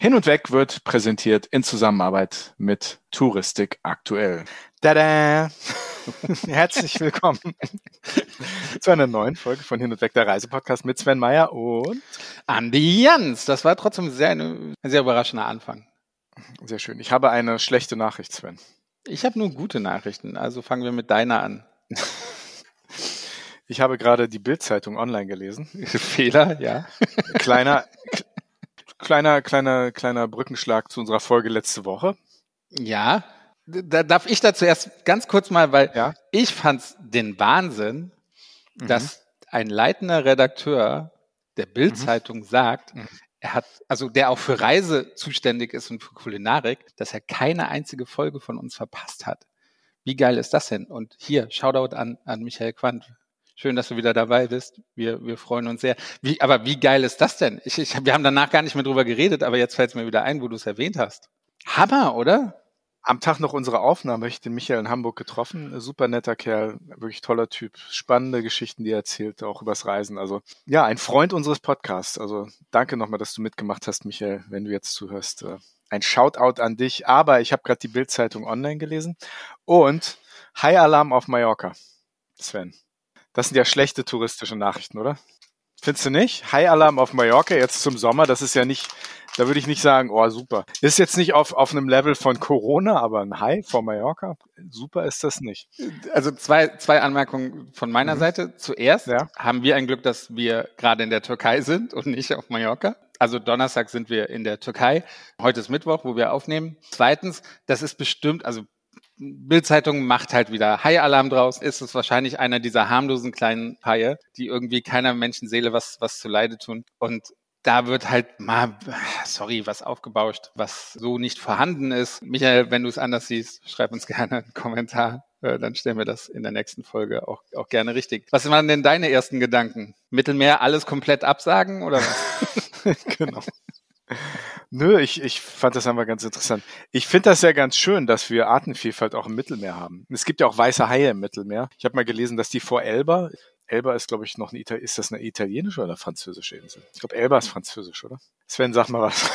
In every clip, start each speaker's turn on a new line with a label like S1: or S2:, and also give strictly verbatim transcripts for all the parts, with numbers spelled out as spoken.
S1: Hin und Weg wird präsentiert in Zusammenarbeit mit Touristik aktuell. Tada! Herzlich willkommen zu einer neuen Folge von Hin und Weg, der Reisepodcast mit Sven Meyer und
S2: Andi Jans. Das war trotzdem sehr, ein sehr überraschender Anfang.
S1: Sehr schön. Ich habe eine schlechte Nachricht, Sven.
S2: Ich habe nur gute Nachrichten, also fangen wir mit deiner an.
S1: Ich habe gerade die Bild-Zeitung online gelesen.
S2: Fehler, ja.
S1: Kleiner, kleiner, kleiner, kleiner Brückenschlag zu unserer Folge letzte Woche.
S2: Ja, da darf ich da zuerst ganz kurz mal, weil
S1: Ja?
S2: ich fand's den Wahnsinn,
S1: Mhm.
S2: dass ein leitender Redakteur der Bild-Zeitung
S1: Mhm.
S2: sagt,
S1: Mhm.
S2: er hat, also der auch für Reise zuständig ist und für Kulinarik, dass er keine einzige Folge von uns verpasst hat. Wie geil ist das denn? Und hier, Shoutout an, an Michael Quandt. Schön, dass du wieder dabei bist. Wir, wir freuen uns sehr. Wie, aber wie geil ist das denn? Ich, ich, wir haben danach gar nicht mehr drüber geredet, aber jetzt fällt es mir wieder ein, wo du es erwähnt hast. Hammer, oder?
S1: Am Tag nach unserer Aufnahme habe ich den Michael in Hamburg getroffen. Super netter Kerl, wirklich toller Typ. Spannende Geschichten, die er erzählt, auch übers Reisen. Also ja, ein Freund unseres Podcasts. Also danke nochmal, dass du mitgemacht hast, Michael, wenn du jetzt zuhörst. Ein Shoutout an dich. Aber ich habe gerade die Bild-Zeitung online gelesen. Und High Alarm auf Mallorca, Sven. Das sind ja schlechte touristische Nachrichten, oder? Findest du nicht? High Alarm auf Mallorca jetzt zum Sommer, das ist ja nicht, da würde ich nicht sagen, oh super. Ist jetzt nicht auf, auf einem Level von Corona, aber ein High vor Mallorca, super ist das nicht.
S2: Also zwei, zwei Anmerkungen von meiner
S1: Mhm.
S2: Seite. Zuerst
S1: Ja.
S2: haben wir ein Glück, dass wir gerade in der Türkei sind und nicht auf Mallorca. Also Donnerstag sind wir in der Türkei. Heute ist Mittwoch, wo wir aufnehmen. Zweitens, das ist bestimmt, also Bild-Zeitung macht halt wieder Hai-Alarm draus, ist es wahrscheinlich einer dieser harmlosen kleinen Haie, die irgendwie keiner Menschenseele was, was zu Leide tun. Und da wird halt mal, sorry, was aufgebauscht, was so nicht vorhanden ist. Michael, wenn du es anders siehst, schreib uns gerne einen Kommentar. Dann stellen wir das in der nächsten Folge auch, auch gerne richtig. Was waren denn deine ersten Gedanken? Mittelmeer alles komplett absagen oder was?
S1: Genau. Nö, ich, ich fand das einfach ganz interessant. Ich finde das ja ganz schön, dass wir Artenvielfalt auch im Mittelmeer haben. Es gibt ja auch weiße Haie im Mittelmeer. Ich habe mal gelesen, dass die vor Elba, Elba ist, glaube ich, noch eine, Ita- ist das eine italienische oder eine französische Insel? Ich glaube, Elba ist französisch, oder? Sven, sag mal was.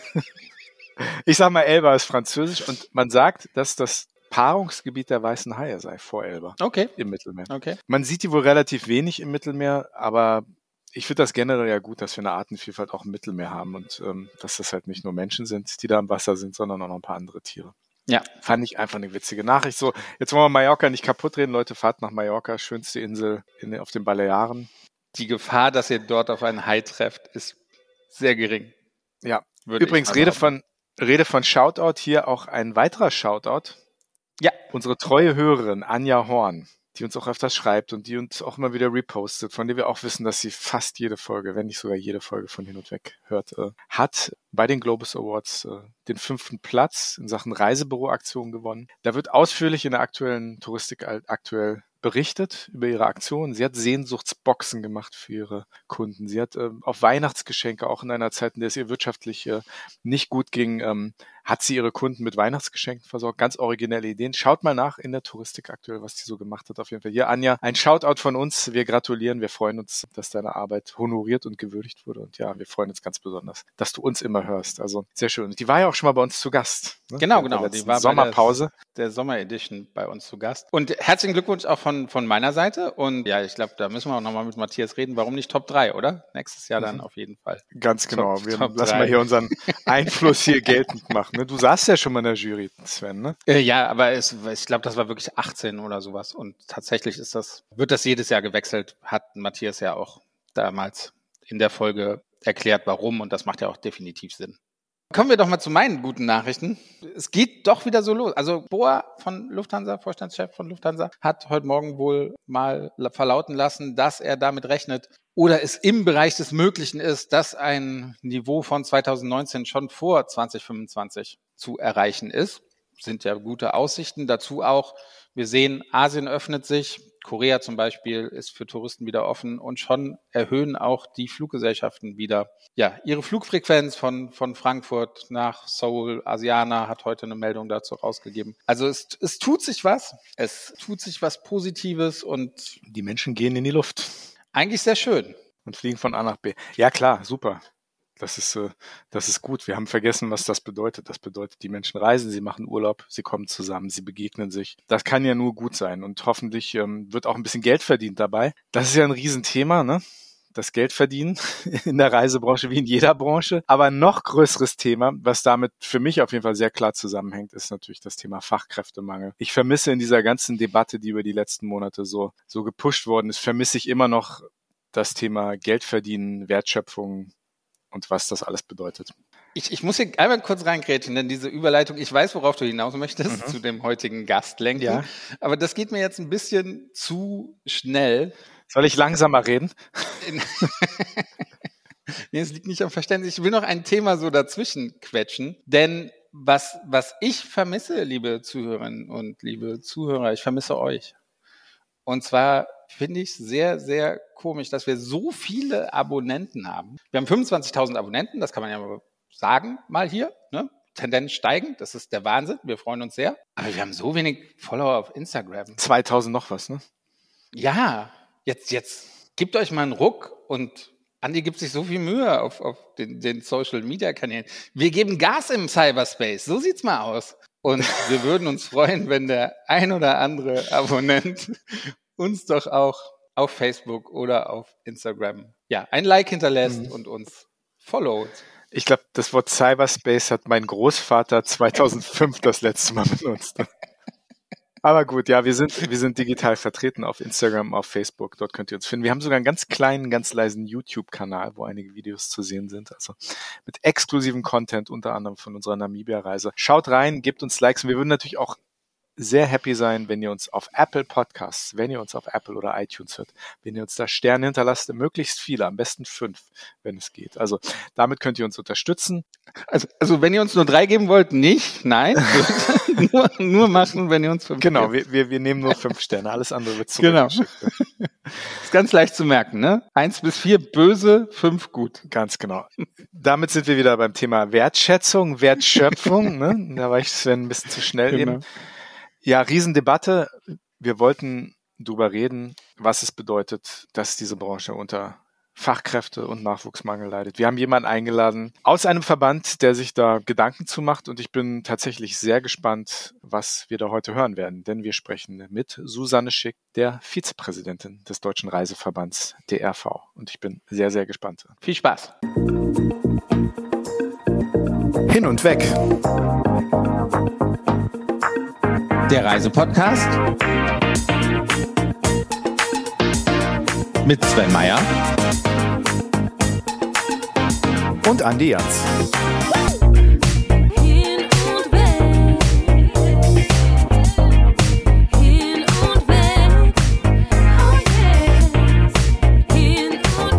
S1: Ich sag mal, Elba ist französisch und man sagt, dass das Paarungsgebiet der weißen Haie sei vor Elba.
S2: Okay.
S1: Im Mittelmeer.
S2: Okay.
S1: Man sieht die wohl relativ wenig im Mittelmeer, aber ich finde das generell ja gut, dass wir eine Artenvielfalt auch im Mittelmeer haben und ähm, dass das halt nicht nur Menschen sind, die da im Wasser sind, sondern auch noch ein paar andere Tiere.
S2: Ja.
S1: Fand ich einfach eine witzige Nachricht. So, jetzt wollen wir Mallorca nicht kaputt reden. Leute, fahrt nach Mallorca, schönste Insel in, auf den Balearen.
S2: Die Gefahr, dass ihr dort auf einen Hai trefft, ist sehr gering.
S1: Ja,
S2: Würde
S1: übrigens,
S2: ich
S1: Rede
S2: von,
S1: von, Rede von Shoutout, hier auch ein weiterer Shoutout.
S2: Ja.
S1: Unsere treue Hörerin, Anja Horn, die uns auch öfters schreibt und die uns auch immer wieder repostet, von der wir auch wissen, dass sie fast jede Folge, wenn nicht sogar jede Folge von Hin und Weg hört, äh, hat bei den Globus Awards äh, den fünften Platz in Sachen Reisebüroaktion gewonnen. Da wird ausführlich in der aktuellen Touristik aktuell berichtet über ihre Aktionen. Sie hat Sehnsuchtsboxen gemacht für ihre Kunden. Sie hat äh, auf Weihnachtsgeschenke, auch in einer Zeit, in der es ihr wirtschaftlich äh, nicht gut ging, ähm, hat sie ihre Kunden mit Weihnachtsgeschenken versorgt. Ganz originelle Ideen. Schaut mal nach in der Touristik aktuell, was die so gemacht hat. Auf jeden Fall hier, Anja, ein Shoutout von uns. Wir gratulieren. Wir freuen uns, dass deine Arbeit honoriert und gewürdigt wurde. Und ja, wir freuen uns ganz besonders, dass du uns immer hörst. Also sehr schön. Die war ja auch schon mal bei uns zu Gast.
S2: Ne? Genau, genau.
S1: Die war Sommerpause.
S2: Bei der, der Sommeredition bei uns zu Gast. Und herzlichen Glückwunsch auch von, von meiner Seite. Und ja, ich glaube, da müssen wir auch nochmal mit Matthias reden. Warum nicht Top drei, oder? Nächstes Jahr dann mhm. auf jeden Fall.
S1: Ganz genau.
S2: Top,
S1: wir
S2: Top
S1: lassen
S2: drei.
S1: mal hier unseren Einfluss hier geltend machen. Ne? Du saßt ja schon mal in der Jury, Sven, ne?
S2: Äh, ja, aber es, ich glaube, das war wirklich achtzehn oder sowas. Und tatsächlich ist das, wird das jedes Jahr gewechselt, hat Matthias ja auch damals in der Folge erklärt, warum. Und das macht ja auch definitiv Sinn. Kommen wir doch mal zu meinen guten Nachrichten. Es geht doch wieder so los. Also Boa von Lufthansa, Vorstandschef von Lufthansa, hat heute Morgen wohl mal verlauten lassen, dass er damit rechnet oder es im Bereich des Möglichen ist, dass ein Niveau von zweitausendneunzehn schon vor zwanzig fünfundzwanzig zu erreichen ist. Sind ja gute Aussichten. Dazu auch, wir sehen, Asien öffnet sich. Korea zum Beispiel ist für Touristen wieder offen und schon erhöhen auch die Fluggesellschaften wieder ja ihre Flugfrequenz von von Frankfurt nach Seoul. Asiana hat heute eine Meldung dazu rausgegeben. Also es, es tut sich was, es tut sich was Positives und
S1: die Menschen gehen in die Luft.
S2: Eigentlich sehr schön.
S1: Und fliegen von A nach B. Ja klar, super. Das ist, äh, das ist gut. Wir haben vergessen, was das bedeutet. Das bedeutet, die Menschen reisen, sie machen Urlaub, sie kommen zusammen, sie begegnen sich. Das kann ja nur gut sein und hoffentlich ähm, wird auch ein bisschen Geld verdient dabei. Das ist ja ein Riesenthema, ne? Das Geld verdienen in der Reisebranche wie in jeder Branche. Aber ein noch größeres Thema, was damit für mich auf jeden Fall sehr klar zusammenhängt, ist natürlich das Thema Fachkräftemangel. Ich vermisse in dieser ganzen Debatte, die über die letzten Monate so, so gepusht worden ist, vermisse ich immer noch das Thema Geld verdienen, Wertschöpfung und was das alles bedeutet.
S2: Ich, ich muss hier einmal kurz reingrätschen, denn diese Überleitung, ich weiß, worauf du hinaus möchtest, mhm. zu dem heutigen Gast lenken, ja. Aber das geht mir jetzt ein bisschen zu schnell.
S1: Soll ich langsamer reden?
S2: Nee, es liegt nicht am Verständnis. Ich will noch ein Thema so dazwischen quetschen, denn was, was ich vermisse, liebe Zuhörerinnen und liebe Zuhörer, ich vermisse euch. Und zwar finde ich es sehr, sehr komisch, dass wir so viele Abonnenten haben. Wir haben fünfundzwanzigtausend Abonnenten, das kann man ja mal sagen, mal hier, ne? Tendenz steigend, das ist der Wahnsinn, wir freuen uns sehr. Aber wir haben so wenig Follower auf Instagram.
S1: zweitausend noch was, ne?
S2: Ja, jetzt, jetzt gebt euch mal einen Ruck und Andi gibt sich so viel Mühe auf, auf den, den Social-Media-Kanälen. Wir geben Gas im Cyberspace, so sieht's mal aus. Und wir würden uns freuen, wenn der ein oder andere Abonnent uns doch auch auf Facebook oder auf Instagram ja ein Like hinterlässt mhm. und uns followt.
S1: Ich glaube, das Wort Cyberspace hat mein Großvater zweitausendfünf das letzte Mal benutzt. Aber gut, ja, wir sind, wir sind digital vertreten auf Instagram, auf Facebook, dort könnt ihr uns finden. Wir haben sogar einen ganz kleinen, ganz leisen YouTube-Kanal, wo einige Videos zu sehen sind, also mit exklusivem Content, unter anderem von unserer Namibia-Reise. Schaut rein, gebt uns Likes und wir würden natürlich auch sehr happy sein, wenn ihr uns auf Apple Podcasts, wenn ihr uns auf Apple oder iTunes hört, wenn ihr uns da Sterne hinterlasst, möglichst viele, am besten fünf, wenn es geht. Also damit könnt ihr uns unterstützen.
S2: Also, also wenn ihr uns nur drei geben wollt, nicht, nein, nur, nur machen, wenn ihr uns fünf
S1: Genau, wir, wir, wir nehmen nur fünf Sterne, alles andere wird zurückgeschickt.
S2: Genau. Ist ganz leicht zu merken, ne? Eins bis vier böse, fünf gut.
S1: Ganz genau. Damit sind wir wieder beim Thema Wertschätzung, Wertschöpfung, ne? Da war ich Sven ein bisschen zu schnell genau. eben. Ja, Riesendebatte. Wir wollten drüber reden, was es bedeutet, dass diese Branche unter Fachkräfte- und Nachwuchsmangel leidet. Wir haben jemanden eingeladen aus einem Verband, der sich da Gedanken zu macht und ich bin tatsächlich sehr gespannt, was wir da heute hören werden, denn wir sprechen mit Susanne Schick, der Vizepräsidentin des Deutschen Reiseverbands D R V und ich bin sehr, sehr gespannt.
S2: Viel Spaß.
S1: Hin und weg.
S2: Der Reisepodcast mit Sven Meyer
S1: und Andi Jans.
S3: Hin und weg. Hin und weg. Oh yes. Hin und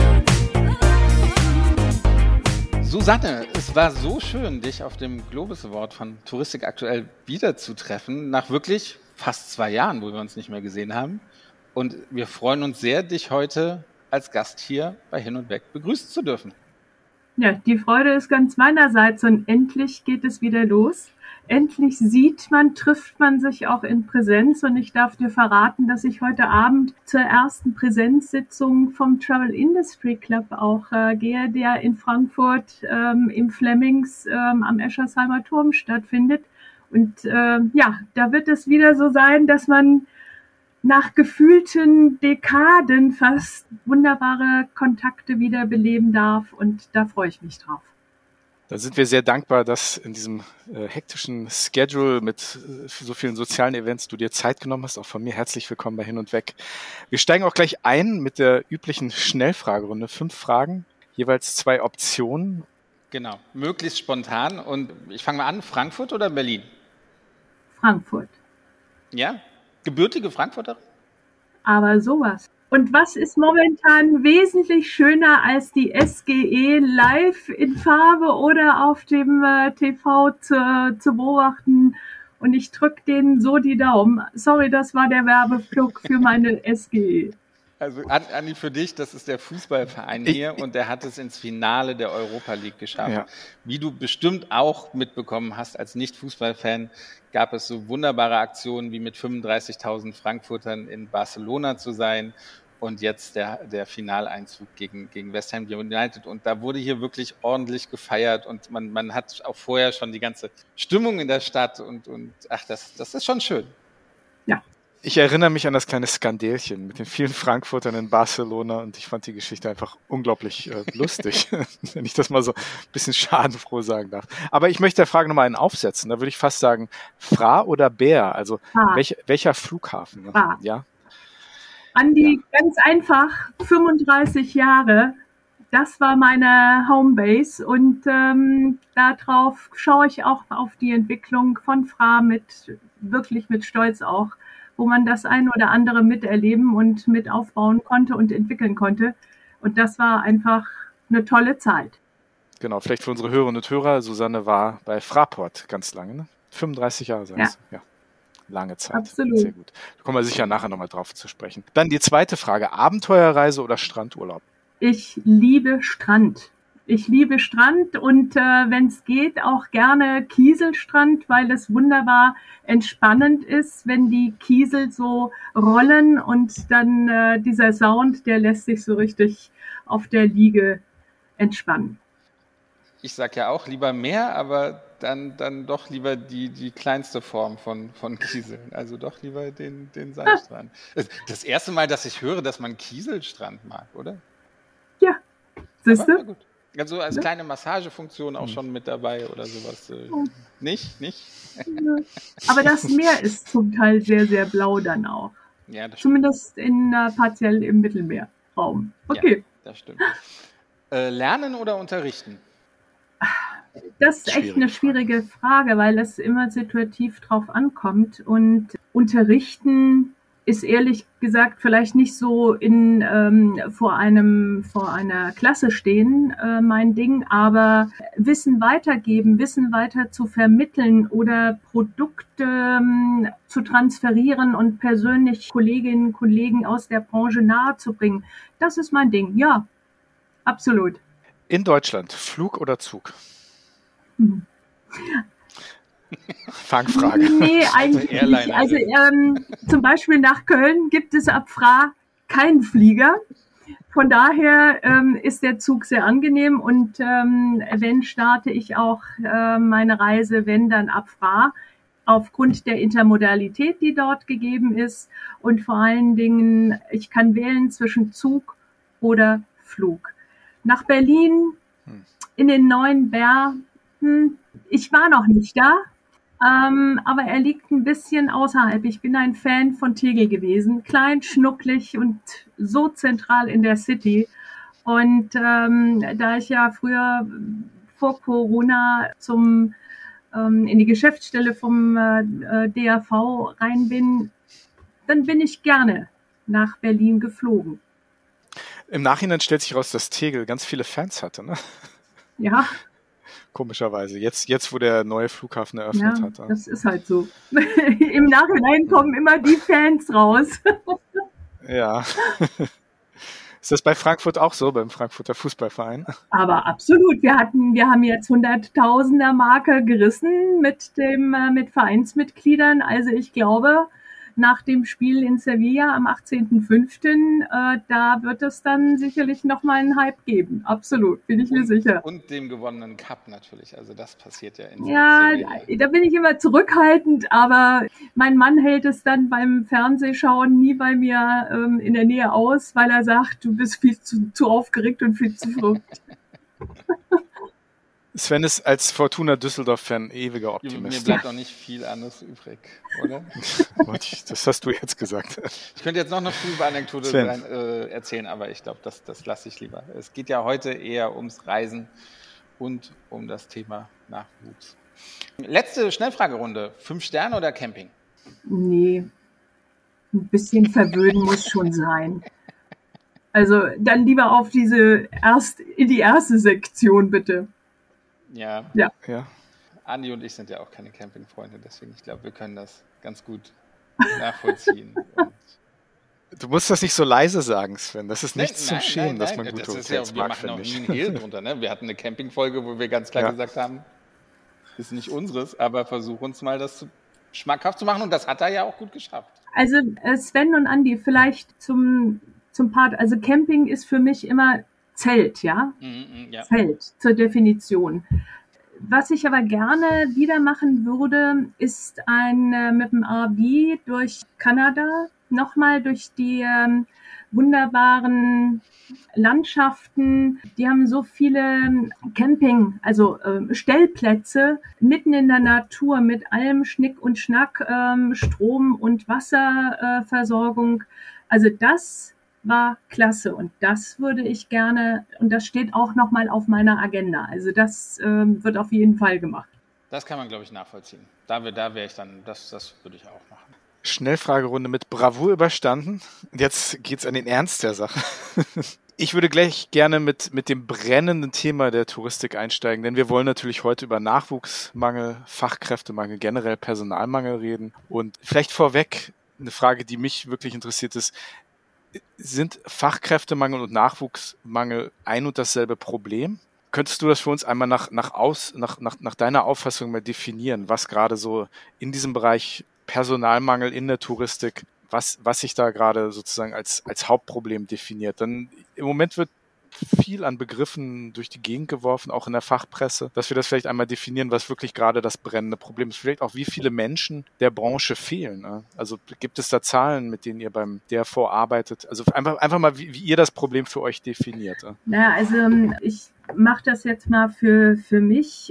S3: weg.
S2: Susanne, es war so schön, dich auf dem Globus Award von Touristik aktuell wiederzutreffen, nach wirklich fast zwei Jahren, wo wir uns nicht mehr gesehen haben. Und wir freuen uns sehr, dich heute als Gast hier bei Hin und Weg begrüßen zu dürfen.
S4: Ja, die Freude ist ganz meinerseits und endlich geht es wieder los. Endlich sieht man, trifft man sich auch in Präsenz und ich darf dir verraten, dass ich heute Abend zur ersten Präsenzsitzung vom Travel Industry Club auch äh, gehe, der in Frankfurt ähm, im Flemings ähm, am Eschersheimer Turm stattfindet. Und äh, ja, da wird es wieder so sein, dass man nach gefühlten Dekaden fast wunderbare Kontakte wieder beleben darf und da freue ich mich drauf.
S1: Da sind wir sehr dankbar, dass in diesem äh, hektischen Schedule mit äh, so vielen sozialen Events du dir Zeit genommen hast. Auch von mir herzlich willkommen bei Hin und Weg. Wir steigen auch gleich ein mit der üblichen Schnellfragerunde. Fünf Fragen, jeweils zwei Optionen.
S2: Genau, möglichst spontan. Und ich fange mal an, Frankfurt oder Berlin?
S4: Frankfurt.
S2: Ja? Gebürtige Frankfurterin?
S4: Aber sowas. Und was ist momentan wesentlich schöner als die S G E live in Farbe oder auf dem äh, T V zu, zu beobachten? Und ich drücke denen so die Daumen. Sorry, das war der Werbeflug für meine S G E.
S2: Also Andi, für dich, das ist der Fußballverein hier ich, und der hat es ins Finale der Europa League geschafft. Ja. Wie du bestimmt auch mitbekommen hast als Nicht-Fußballfan, gab es so wunderbare Aktionen wie mit fünfunddreißigtausend Frankfurtern in Barcelona zu sein und jetzt der, der Finaleinzug gegen, gegen West Ham United. Und da wurde hier wirklich ordentlich gefeiert und man, man hat auch vorher schon die ganze Stimmung in der Stadt und, und ach, das, das ist schon schön.
S4: Ja.
S1: Ich erinnere mich an das kleine Skandelchen mit den vielen Frankfurtern in Barcelona und ich fand die Geschichte einfach unglaublich äh, lustig, wenn ich das mal so ein bisschen schadenfroh sagen darf. Aber ich möchte der Frage nochmal einen aufsetzen. Da würde ich fast sagen, Fra oder Bär? Also
S4: Fra.
S1: welch, welcher Flughafen? Ne?
S4: Fra.
S1: Ja.
S4: Andi, ganz einfach, fünfunddreißig Jahre, das war meine Homebase und ähm, darauf schaue ich auch auf die Entwicklung von Fra mit, wirklich mit Stolz auch, wo man das ein oder andere miterleben und mit aufbauen konnte und entwickeln konnte. Und das war einfach eine tolle Zeit.
S1: Genau, vielleicht für unsere Hörerinnen und Hörer, Susanne war bei Fraport ganz lange, ne? fünfunddreißig Jahre, sagst du? Ja. Lange Zeit.
S4: Absolut.
S1: Sehr gut. Da kommen wir sicher nachher nochmal drauf zu sprechen. Dann die zweite Frage, Abenteuerreise oder Strandurlaub?
S4: Ich liebe Strand. Ich liebe Strand und äh, wenn es geht, auch gerne Kieselstrand, weil es wunderbar entspannend ist, wenn die Kiesel so rollen und dann äh, dieser Sound, der lässt sich so richtig auf der Liege entspannen.
S2: Ich sag ja auch lieber mehr, aber dann, dann doch lieber die, die kleinste Form von, von Kieseln. Also doch lieber den, den Sandstrand. Das, das erste Mal, dass ich höre, dass man Kieselstrand mag, oder?
S4: Ja, siehst
S2: Aber, na
S4: du?
S2: gut. Also als kleine Massagefunktion auch schon mit dabei oder sowas. Äh, nicht? Nicht?
S4: Aber das Meer ist zum Teil sehr, sehr blau dann auch.
S2: Ja, das stimmt.
S4: Zumindest in äh, partiell im Mittelmeerraum. Okay,
S2: Das stimmt. Äh, lernen oder unterrichten?
S4: das ist echt
S1: Schwierige
S4: eine schwierige Frage, weil es immer situativ drauf ankommt. Und unterrichten ist ehrlich gesagt vielleicht nicht so in ähm, vor einem vor einer Klasse stehen äh, mein Ding, aber Wissen weitergeben, Wissen weiter zu vermitteln oder Produkte ähm, zu transferieren und persönlich Kolleginnen und Kollegen aus der Branche nahezubringen, das ist mein Ding. Ja, absolut.
S1: In Deutschland, Flug oder Zug?
S4: Mhm.
S1: Fangfrage.
S4: Nee, eigentlich
S2: Airliner.
S4: nicht. Also ähm, zum Beispiel nach Köln gibt es ab Fra keinen Flieger. Von daher ähm, ist der Zug sehr angenehm und ähm, wenn starte ich auch äh, meine Reise, wenn dann ab Fra, aufgrund der Intermodalität, die dort gegeben ist und vor allen Dingen, ich kann wählen zwischen Zug oder Flug. Nach Berlin in den neuen Bär, hm, ich war noch nicht da, ähm, aber er liegt ein bisschen außerhalb. Ich bin ein Fan von Tegel gewesen, klein, schnucklig und so zentral in der City. Und ähm, da ich ja früher vor Corona zum ähm, in die Geschäftsstelle vom äh, D A V rein bin, dann bin ich gerne nach Berlin geflogen.
S1: Im Nachhinein stellt sich raus, dass Tegel ganz viele Fans hatte, ne?
S4: Ja,
S1: Komischerweise. Jetzt, jetzt, wo der neue Flughafen eröffnet
S4: ja,
S1: hat.
S4: das ist halt so. Im Nachhinein kommen immer die Fans raus.
S1: Ja. Ist das bei Frankfurt auch so, beim Frankfurter Fußballverein?
S4: Aber absolut. Wir hatten, wir haben jetzt hunderttausender Marke gerissen mit dem, äh, mit Vereinsmitgliedern. Also ich glaube, nach dem Spiel in Sevilla am achtzehnten fünften Äh, da wird es dann sicherlich nochmal einen Hype geben. Absolut, bin ich mir
S2: und,
S4: sicher.
S2: Und dem gewonnenen Cup natürlich. Also das passiert ja in
S4: Ja,
S2: Sevilla.
S4: da bin ich immer zurückhaltend, aber mein Mann hält es dann beim Fernsehschauen nie bei mir ähm, in der Nähe aus, weil er sagt, du bist viel zu, zu aufgeregt und viel zu verrückt.
S1: Sven ist als Fortuna Düsseldorf-Fan ewiger
S2: Mir
S1: Optimist.
S2: bleibt auch nicht viel anderes übrig, oder?
S1: Das hast du jetzt gesagt.
S2: Ich könnte jetzt noch eine Fußballanekdote
S1: Sven.
S2: rein, äh, erzählen, aber ich glaube, das, das lasse ich lieber. Es geht ja heute eher ums Reisen und um das Thema Nachwuchs. Letzte Schnellfragerunde. Fünf Sterne oder Camping?
S4: Nee, ein bisschen verwöhnen muss schon sein. Also dann lieber auf diese erst in die erste Sektion, bitte.
S2: Ja,
S4: Ja.
S1: Ja.
S2: Andi und ich sind ja auch keine Campingfreunde, deswegen ich glaube, wir können das ganz gut nachvollziehen. Und
S1: Du musst das nicht so leise sagen, Sven. Das ist nichts
S2: Nein,
S1: zum Schämen,
S2: nein,
S1: dass
S2: nein,
S1: man gute
S2: das ist ja,
S1: Hotels
S2: wir
S1: mag,
S2: machen auch
S1: finde
S2: nie
S1: ich.
S2: einen Hehl drunter. Ne? Wir hatten eine Campingfolge, wo wir ganz klar
S1: Ja.
S2: gesagt haben, ist nicht unseres, aber versuch uns mal das zu, schmackhaft zu machen und das hat er ja auch gut geschafft.
S4: Also äh, Sven und Andi, vielleicht zum zum Part, also Camping ist für mich immer Zelt, ja,
S2: Mhm, ja.
S4: Zelt zur Definition. Was ich aber gerne wieder machen würde, ist ein äh, mit dem R V durch Kanada, nochmal durch die ähm, wunderbaren Landschaften. Die haben so viele Camping, also ähm, Stellplätze mitten in der Natur mit allem Schnick und Schnack, ähm, Strom- und Wasserversorgung. Äh, Versorgung. Also das war klasse und das würde ich gerne, und das steht auch nochmal auf meiner Agenda. Also das ähm, wird auf jeden Fall gemacht.
S2: Das kann man, glaube ich, nachvollziehen. Da, wär- da wäre ich dann, das, das würde ich auch machen.
S1: Schnellfragerunde mit Bravour überstanden. Und jetzt geht's an den Ernst der Sache. Ich würde gleich gerne mit, mit dem brennenden Thema der Touristik einsteigen, denn wir wollen natürlich heute über Nachwuchsmangel, Fachkräftemangel, generell Personalmangel reden. Und vielleicht vorweg eine Frage, die mich wirklich interessiert ist, sind Fachkräftemangel und Nachwuchsmangel ein und dasselbe Problem? Könntest du das für uns einmal nach, nach, aus, nach, nach, nach deiner Auffassung mal definieren, was gerade so in diesem Bereich Personalmangel in der Touristik, was, was sich da gerade sozusagen als, als Hauptproblem definiert? Denn im Moment wird viel an Begriffen durch die Gegend geworfen, auch in der Fachpresse, dass wir das vielleicht einmal definieren, was wirklich gerade das brennende Problem ist. Vielleicht auch, wie viele Menschen der Branche fehlen. Ne? Also gibt es da Zahlen, mit denen ihr beim D R V arbeitet? Also einfach, einfach mal, wie, wie ihr das Problem für euch definiert. Ne?
S4: Naja, also ich mache das jetzt mal für, für mich.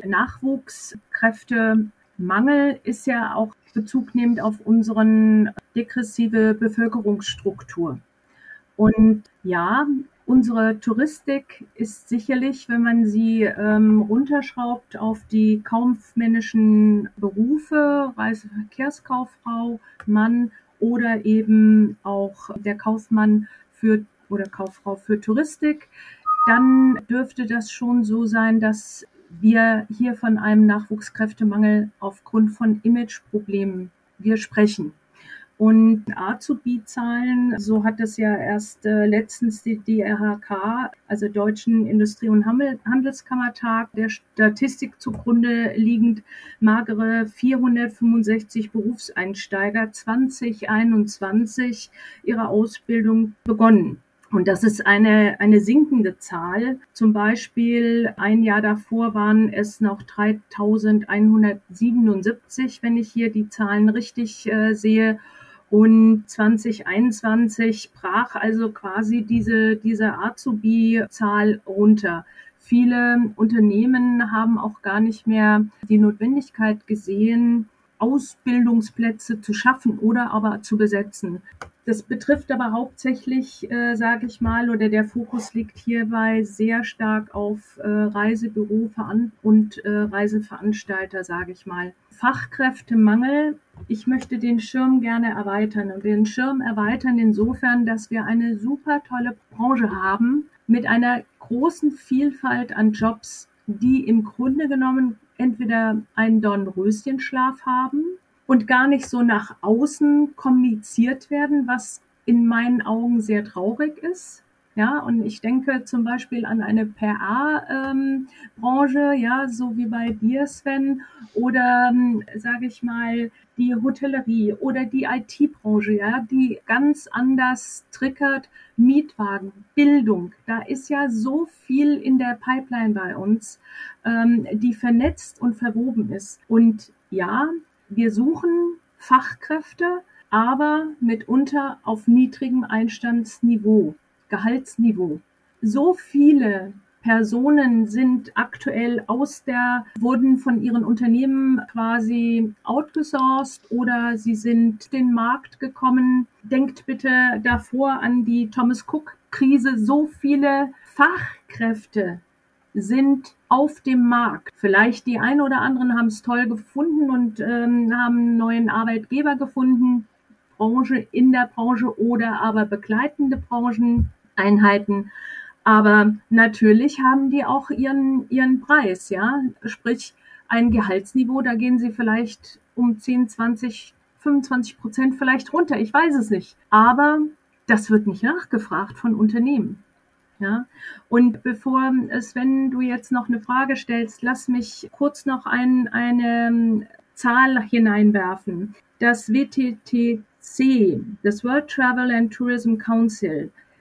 S4: Nachwuchskräftemangel ist ja auch Bezug nehmend auf unseren degressive Bevölkerungsstruktur. Und ja, unsere Touristik ist sicherlich, wenn man sie ähm, runterschraubt auf die kaufmännischen Berufe, Reiseverkehrskauffrau, Mann oder eben auch der Kaufmann für oder Kauffrau für Touristik, dann dürfte das schon so sein, dass wir hier von einem Nachwuchskräftemangel aufgrund von Imageproblemen wir sprechen. Und Azubi-Zahlen, so hat es ja erst äh, letztens die D R H K, also Deutschen Industrie- und Handelskammertag, der Statistik zugrunde liegend, magere vierhundertfünfundsechzig Berufseinsteiger zwanzig einundzwanzig ihre Ausbildung begonnen. Und das ist eine, eine sinkende Zahl. Zum Beispiel ein Jahr davor waren es noch dreitausendeinhundertsiebenundsiebzig, wenn ich hier die Zahlen richtig äh, sehe. Und zwanzig einundzwanzig brach also quasi diese, diese Azubi-Zahl runter. Viele Unternehmen haben auch gar nicht mehr die Notwendigkeit gesehen, Ausbildungsplätze zu schaffen oder aber zu besetzen. Das betrifft aber hauptsächlich, äh, sage ich mal, oder der Fokus liegt hierbei sehr stark auf äh, Reisebüro und äh, Reiseveranstalter, sage ich mal. Fachkräftemangel. Ich möchte den Schirm gerne erweitern und den Schirm erweitern insofern, dass wir eine super tolle Branche haben mit einer großen Vielfalt an Jobs, die im Grunde genommen entweder einen Dornröschenschlaf haben und gar nicht so nach außen kommuniziert werden, was in meinen Augen sehr traurig ist. Ja, und ich denke zum Beispiel an eine P R-Branche, ähm, ja, so wie bei dir, Sven, oder, ähm, sage ich mal, die Hotellerie oder die I T-Branche, ja, die ganz anders triggert. Mietwagen, Bildung, da ist ja so viel in der Pipeline bei uns, ähm, die vernetzt und verwoben ist. Und ja, wir suchen Fachkräfte, aber mitunter auf niedrigem Einstandsniveau, Gehaltsniveau. So viele Personen sind aktuell aus der, wurden von ihren Unternehmen quasi outgesourced oder sie sind den Markt gekommen. Denkt bitte davor an die Thomas Cook-Krise. So viele Fachkräfte sind auf dem Markt. Vielleicht die einen oder anderen haben es toll gefunden und ähm, haben einen neuen Arbeitgeber gefunden, Branche in der Branche oder aber begleitende Brancheneinheiten. Aber natürlich haben die auch ihren, ihren Preis, ja. Sprich, ein Gehaltsniveau, da gehen sie vielleicht um zehn, zwanzig, fünfundzwanzig Prozent vielleicht runter. Ich weiß es nicht. Aber das wird nicht nachgefragt von Unternehmen. Ja, und bevor, Sven, du jetzt noch eine Frage stellst, lass mich kurz noch ein, eine Zahl hineinwerfen. Das W T T C, das World Travel and Tourism Council,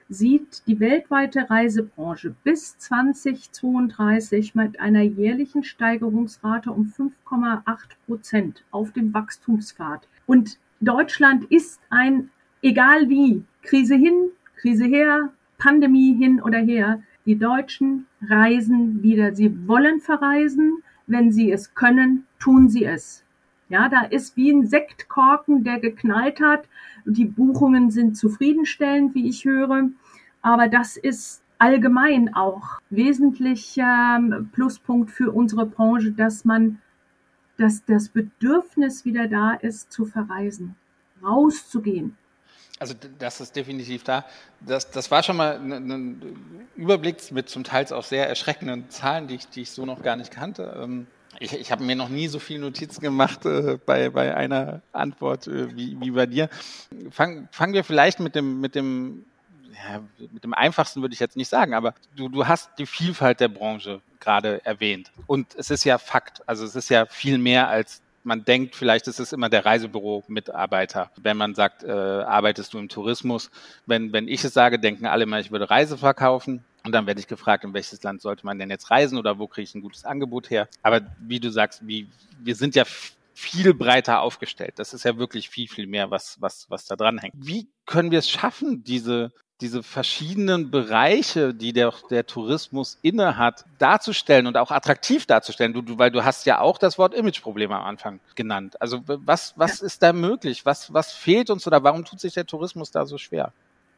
S4: sieht die weltweite Reisebranche bis zweitausendzweiunddreißig mit einer jährlichen Steigerungsrate um fünf Komma acht Prozent auf dem Wachstumspfad. Und Deutschland ist ein, egal wie, Krise hin, Krise her, Pandemie hin oder her, die Deutschen reisen wieder. Sie wollen verreisen. Wenn sie es können, tun sie es. Ja, da ist wie ein Sektkorken, der geknallt hat. Die Buchungen sind zufriedenstellend, wie ich höre. Aber das ist allgemein auch wesentlich ähm, Pluspunkt für unsere Branche, dass man, dass das Bedürfnis wieder da ist, zu verreisen, rauszugehen.
S2: Also d- das ist definitiv da. Das, das war schon mal ein, ein Überblick mit zum Teil auch sehr erschreckenden Zahlen, die ich, die ich so noch gar nicht kannte. Ähm, Ich, ich habe mir noch nie so viele Notizen gemacht äh, bei, bei einer Antwort äh, wie, wie bei dir. Fang, fangen wir vielleicht mit dem, mit dem, ja, mit dem einfachsten würde ich jetzt nicht sagen, aber du, du hast die Vielfalt der Branche gerade erwähnt. Und es ist ja Fakt, also es ist ja viel mehr als man denkt, vielleicht ist es immer der Reisebüro-Mitarbeiter. Wenn man sagt, äh, arbeitest du im Tourismus? Wenn, wenn ich es sage, denken alle immer, ich würde Reise verkaufen. Und dann werde ich gefragt, in welches Land sollte man denn jetzt reisen oder wo kriege ich ein gutes Angebot her? Aber wie du sagst, wie, wir sind ja viel breiter aufgestellt. Das ist ja wirklich viel, viel mehr, was, was, was da dran hängt. Wie können wir es schaffen, diese, diese verschiedenen Bereiche, die der, der Tourismus innehat, darzustellen und auch attraktiv darzustellen? Du, du, weil du hast ja auch das Wort Imageprobleme am Anfang genannt. Also was, was ist da möglich? Was, was fehlt uns oder warum tut sich der Tourismus da so schwer?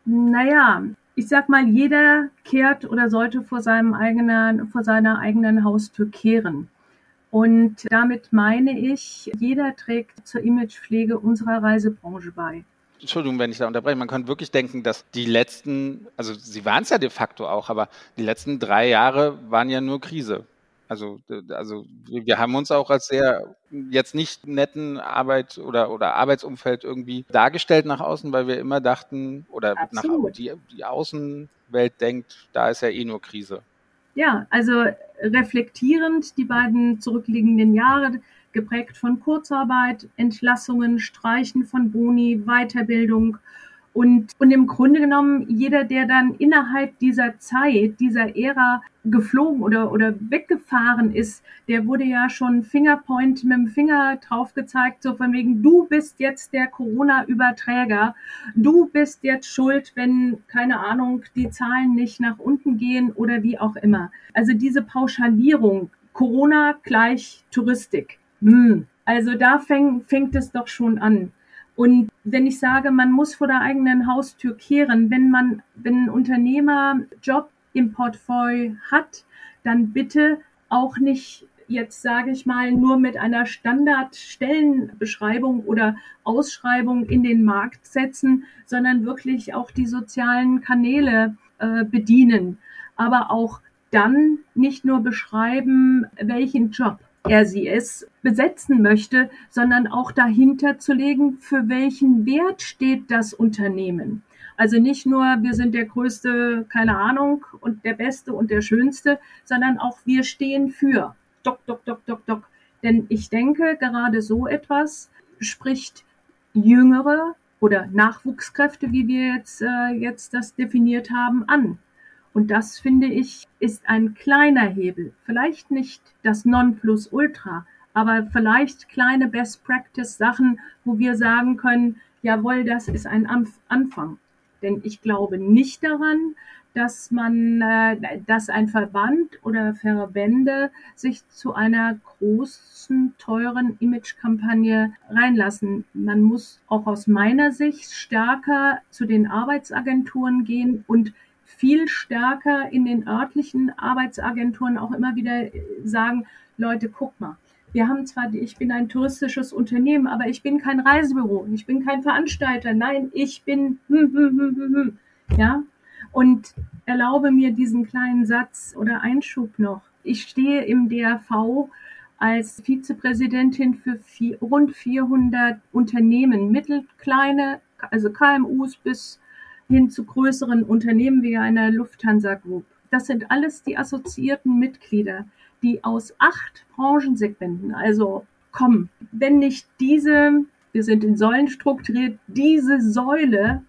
S4: Naja, ich sag mal, jeder kehrt oder sollte vor seinem eigenen, vor seiner eigenen Haustür kehren. Und damit meine ich, jeder trägt zur Imagepflege unserer Reisebranche bei.
S2: Entschuldigung, wenn ich da unterbreche. Man könnte wirklich denken, dass die letzten, also sie waren es ja de facto auch, aber die letzten drei Jahre waren ja nur Krise. Also, also wir haben uns auch als sehr jetzt nicht netten Arbeit oder, oder Arbeitsumfeld irgendwie dargestellt nach außen, weil wir immer dachten, oder nach, die, die Außenwelt denkt, da ist ja eh nur Krise.
S4: Ja, also reflektierend die beiden zurückliegenden Jahre, geprägt von Kurzarbeit, Entlassungen, Streichen von Boni, Weiterbildung. Und, und im Grunde genommen, jeder, der dann innerhalb dieser Zeit, dieser Ära geflogen oder, oder weggefahren ist, der wurde ja schon Fingerpoint mit dem Finger drauf gezeigt, so von wegen, du bist jetzt der Corona-Überträger, du bist jetzt schuld, wenn, keine Ahnung, die Zahlen nicht nach unten gehen oder wie auch immer. Also diese Pauschalierung, Corona gleich Touristik, hm. Also da fäng, fängt es doch schon an. Und wenn ich sage, man muss vor der eigenen Haustür kehren, wenn man, wenn ein Unternehmer Job im Portfolio hat, dann bitte auch nicht jetzt, sage ich mal, nur mit einer Standardstellenbeschreibung oder Ausschreibung in den Markt setzen, sondern wirklich auch die sozialen Kanäle äh, bedienen. Aber auch dann nicht nur beschreiben, welchen Job er sie es besetzen möchte, sondern auch dahinter zu legen, für welchen Wert steht das Unternehmen. Also nicht nur, wir sind der Größte, keine Ahnung, und der Beste und der Schönste, sondern auch wir stehen für. Doc, doc, doc, doc, doc. Denn ich denke, gerade so etwas spricht Jüngere oder Nachwuchskräfte, wie wir jetzt, äh, jetzt das definiert haben, an. Und das, finde ich, ist ein kleiner Hebel. Vielleicht nicht das Nonplusultra, aber vielleicht kleine Best-Practice-Sachen, wo wir sagen können, jawohl, das ist ein Anfang. Denn ich glaube nicht daran, dass man, äh, dass ein Verband oder Verbände sich zu einer großen, teuren Imagekampagne reinlassen. Man muss auch aus meiner Sicht stärker zu den Arbeitsagenturen gehen und viel stärker in den örtlichen Arbeitsagenturen auch immer wieder sagen, Leute, guck mal, wir haben zwar, ich bin ein touristisches Unternehmen, aber ich bin kein Reisebüro, ich bin kein Veranstalter, nein, ich bin, hm, hm, hm, hm, hm. Ja, und erlaube mir diesen kleinen Satz oder Einschub noch. Ich stehe im D R V als Vizepräsidentin für vier, rund vierhundert Unternehmen, mittelkleine, also K M Us bis hin zu größeren Unternehmen wie einer Lufthansa Group. Das sind alles die assoziierten Mitglieder, die aus acht Branchensegmenten, also kommen. Wenn nicht diese, wir sind in Säulen strukturiert, diese Säule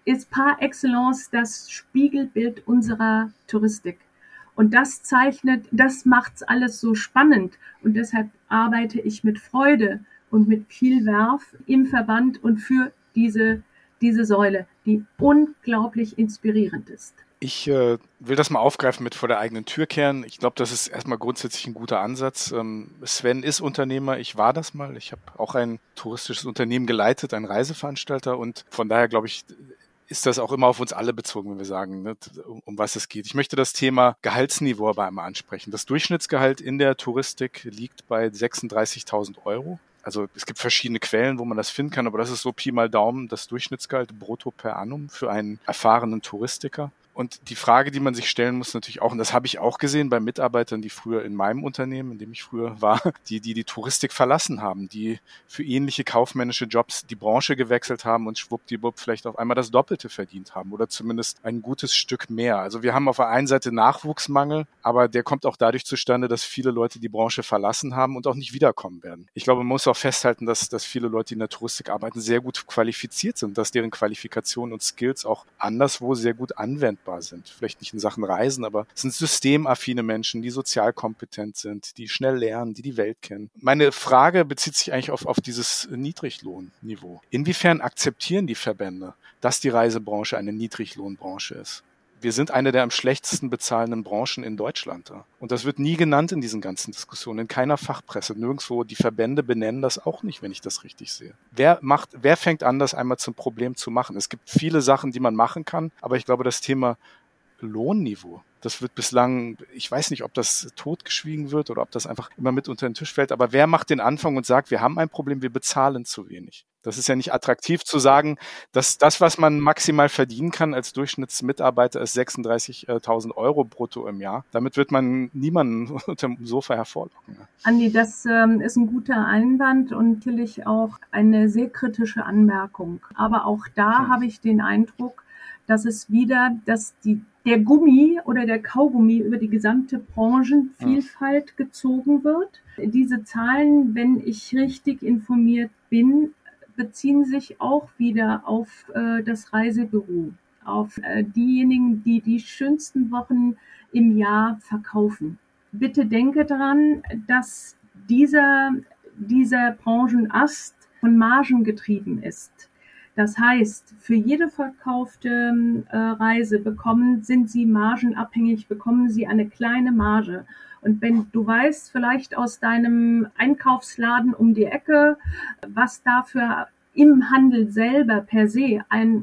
S4: ist par excellence das Spiegelbild unserer Touristik. Und das zeichnet, das macht's alles so spannend. Und deshalb arbeite ich mit Freude und mit viel Werf im Verband und für diese, diese Säule, die unglaublich inspirierend ist.
S1: Ich äh, will das mal aufgreifen mit vor der eigenen Tür kehren. Ich glaube, das ist erstmal grundsätzlich ein guter Ansatz. Ähm, Sven ist Unternehmer, ich war das mal. Ich habe auch ein touristisches Unternehmen geleitet, ein Reiseveranstalter. Und von daher, glaube ich, ist das auch immer auf uns alle bezogen, wenn wir sagen, ne, um, um was es geht. Ich möchte das Thema Gehaltsniveau aber einmal ansprechen. Das Durchschnittsgehalt in der Touristik liegt bei sechsunddreißigtausend Euro. Also es gibt verschiedene Quellen, wo man das finden kann, aber das ist so Pi mal Daumen das Durchschnittsgehalt brutto per annum für einen erfahrenen Touristiker. Und die Frage, die man sich stellen muss, natürlich auch, und das habe ich auch gesehen bei Mitarbeitern, die früher in meinem Unternehmen, in dem ich früher war, die die die Touristik verlassen haben, die für ähnliche kaufmännische Jobs die Branche gewechselt haben und schwuppdiwupp vielleicht auf einmal das Doppelte verdient haben oder zumindest ein gutes Stück mehr. Also wir haben auf der einen Seite Nachwuchsmangel, aber der kommt auch dadurch zustande, dass viele Leute die Branche verlassen haben und auch nicht wiederkommen werden. Ich glaube, man muss auch festhalten, dass, dass viele Leute, die in der Touristik arbeiten, sehr gut qualifiziert sind, dass deren Qualifikationen und Skills auch anderswo sehr gut anwendbar sind. Vielleicht nicht in Sachen Reisen, aber es sind systemaffine Menschen, die sozial kompetent sind, die schnell lernen, die die Welt kennen. Meine Frage bezieht sich eigentlich auf, auf dieses Niedriglohnniveau. Inwiefern akzeptieren die Verbände, dass die Reisebranche eine Niedriglohnbranche ist? Wir sind eine der am schlechtesten bezahlenden Branchen in Deutschland. Und das wird nie genannt in diesen ganzen Diskussionen, in keiner Fachpresse, nirgendwo. Die Verbände benennen das auch nicht, wenn ich das richtig sehe. Wer macht, wer fängt an, das einmal zum Problem zu machen? Es gibt viele Sachen, die man machen kann, aber ich glaube, das Thema Lohnniveau, das wird bislang, ich weiß nicht, ob das totgeschwiegen wird oder ob das einfach immer mit unter den Tisch fällt, aber wer macht den Anfang und sagt, wir haben ein Problem, wir bezahlen zu wenig? Das ist ja nicht attraktiv zu sagen, dass das, was man maximal verdienen kann als Durchschnittsmitarbeiter, ist sechsunddreißigtausend Euro brutto im Jahr. Damit wird man niemanden unter dem Sofa hervorlocken.
S4: Andi, das ähm, ist ein guter Einwand und natürlich auch eine sehr kritische Anmerkung. Aber auch da hm. habe ich den Eindruck, dass es wieder, dass die, der Gummi oder der Kaugummi über die gesamte Branchenvielfalt hm. gezogen wird. Diese Zahlen, wenn ich richtig informiert bin, beziehen sich auch wieder auf äh, das Reisebüro, auf äh, diejenigen, die die schönsten Wochen im Jahr verkaufen. Bitte denke daran, dass dieser, dieser Branchenast von Margen getrieben ist. Das heißt, für jede verkaufte äh, Reise bekommen, sind Sie margenabhängig, bekommen Sie eine kleine Marge. Und wenn du weißt, vielleicht aus deinem Einkaufsladen um die Ecke, was dafür im Handel selber per se ein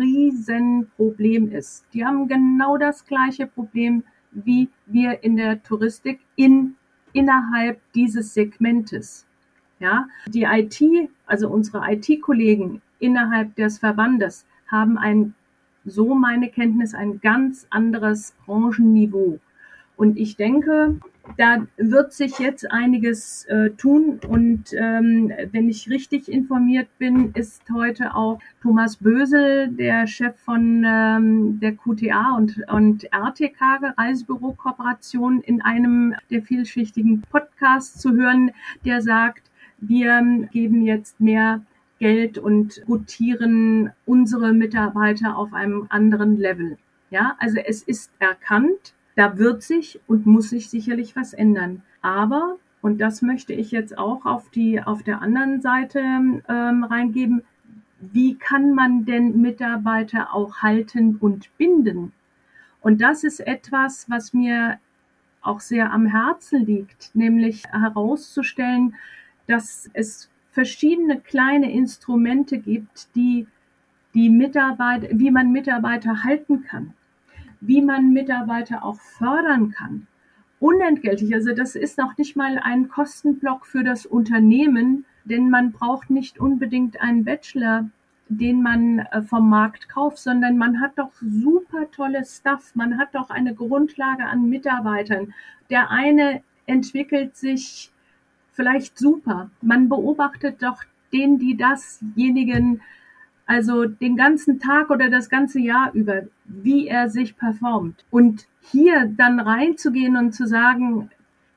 S4: Riesenproblem ist. Die haben genau das gleiche Problem wie wir in der Touristik in, innerhalb dieses Segmentes. Ja, die I T, also unsere I T-Kollegen innerhalb des Verbandes haben ein, so meine Kenntnis, ein ganz anderes Branchenniveau. Und ich denke, da wird sich jetzt einiges äh, tun. Und ähm, wenn ich richtig informiert bin, ist heute auch Thomas Bösel, der Chef von ähm, der Q T A und, und R T K, Reisebüro-Kooperation, in einem der vielschichtigen Podcasts zu hören, der sagt, wir geben jetzt mehr Geld und gutieren unsere Mitarbeiter auf einem anderen Level. Ja, also es ist erkannt, da wird sich und muss sich sicherlich was ändern. Aber, und das möchte ich jetzt auch auf die, auf der anderen Seite ähm, reingeben, wie kann man denn Mitarbeiter auch halten und binden? Und das ist etwas, was mir auch sehr am Herzen liegt, nämlich herauszustellen, dass es verschiedene kleine Instrumente gibt, die die Mitarbeiter, wie man Mitarbeiter halten kann, wie man Mitarbeiter auch fördern kann, unentgeltlich. Also das ist noch nicht mal ein Kostenblock für das Unternehmen, denn man braucht nicht unbedingt einen Bachelor, den man vom Markt kauft, sondern man hat doch super tolles Stuff, man hat doch eine Grundlage an Mitarbeitern. Der eine entwickelt sich vielleicht super. Man beobachtet doch den, die dasjenigen, also den ganzen Tag oder das ganze Jahr über, wie er sich performt. Und hier dann reinzugehen und zu sagen,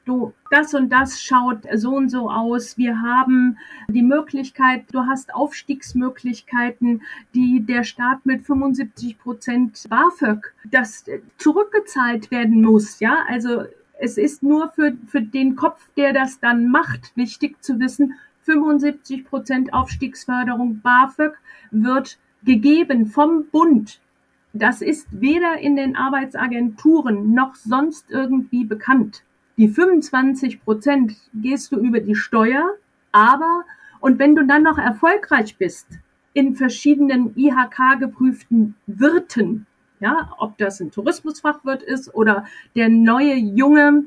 S4: du, das und das schaut so und so aus. Wir haben die Möglichkeit, du hast Aufstiegsmöglichkeiten, die der Staat mit fünfundsiebzig Prozent BAföG, das zurückgezahlt werden muss. Ja, also es ist nur für, für den Kopf, der das dann macht, wichtig zu wissen, fünfundsiebzig Prozent Aufstiegsförderung BAföG wird gegeben vom Bund. Das ist weder in den Arbeitsagenturen noch sonst irgendwie bekannt. Die fünfundzwanzig Prozent gehst du über die Steuer, aber, und wenn du dann noch erfolgreich bist in verschiedenen I H K-geprüften Wirten, ja, ob das ein Tourismusfachwirt ist oder der neue junge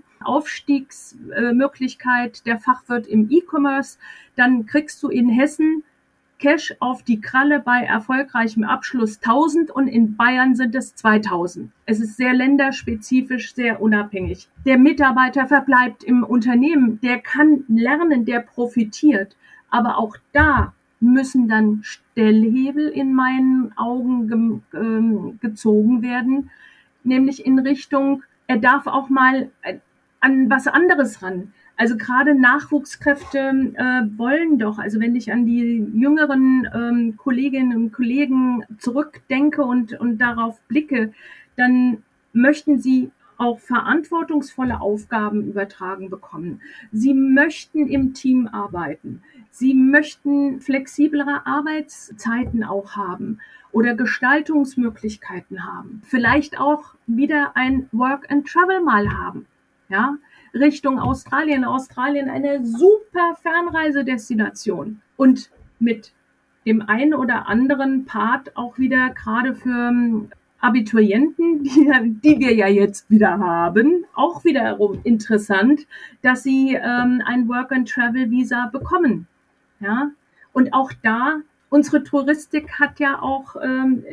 S4: Aufstiegsmöglichkeit der Fachwirt im E-Commerce, dann kriegst du in Hessen Cash auf die Kralle bei erfolgreichem Abschluss tausend und in Bayern sind es zweitausend. Es ist sehr länderspezifisch, sehr unabhängig. Der Mitarbeiter verbleibt im Unternehmen, der kann lernen, der profitiert. Aber auch da müssen dann Stellhebel in meinen Augen ge- ähm, gezogen werden, nämlich in Richtung, er darf auch mal an was anderes ran. Also gerade Nachwuchskräfte äh, wollen doch, also wenn ich an die jüngeren ähm, Kolleginnen und Kollegen zurückdenke und, und darauf blicke, dann möchten sie auch verantwortungsvolle Aufgaben übertragen bekommen. Sie möchten im Team arbeiten. Sie möchten flexiblere Arbeitszeiten auch haben oder Gestaltungsmöglichkeiten haben. Vielleicht auch wieder ein Work and Travel mal haben. Ja, Richtung Australien. Australien eine super Fernreisedestination und mit dem einen oder anderen Part auch wieder gerade für Abiturienten, die, die wir ja jetzt wieder haben, auch wiederum interessant, dass sie ähm, ein Work-and-Travel-Visa bekommen. Ja, und auch da, unsere Touristik hat ja auch ähm,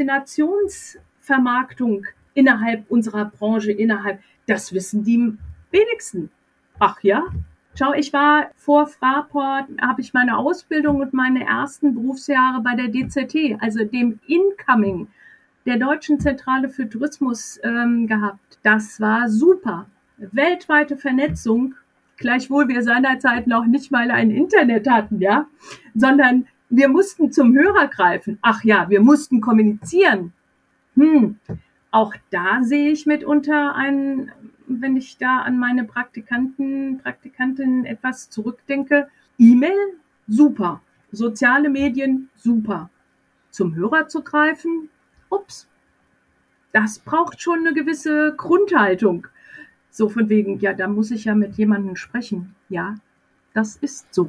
S4: Destinationsvermarktung innerhalb unserer Branche, innerhalb, das wissen die wenigsten. Ach ja, schau, ich war vor Fraport, habe ich meine Ausbildung und meine ersten Berufsjahre bei der D Z T, also dem Incoming der Deutschen Zentrale für Tourismus ähm, gehabt. Das war super. Weltweite Vernetzung, gleichwohl wir seinerzeit noch nicht mal ein Internet hatten, ja, sondern wir mussten zum Hörer greifen. Ach ja, wir mussten kommunizieren. Hm. Auch da sehe ich mitunter einen, wenn ich da an meine Praktikanten, Praktikantinnen etwas zurückdenke, E-Mail, super. Soziale Medien, super. Zum Hörer zu greifen, ups. Das braucht schon eine gewisse Grundhaltung. So von wegen, ja, da muss ich ja mit jemandem sprechen. Ja, das ist so.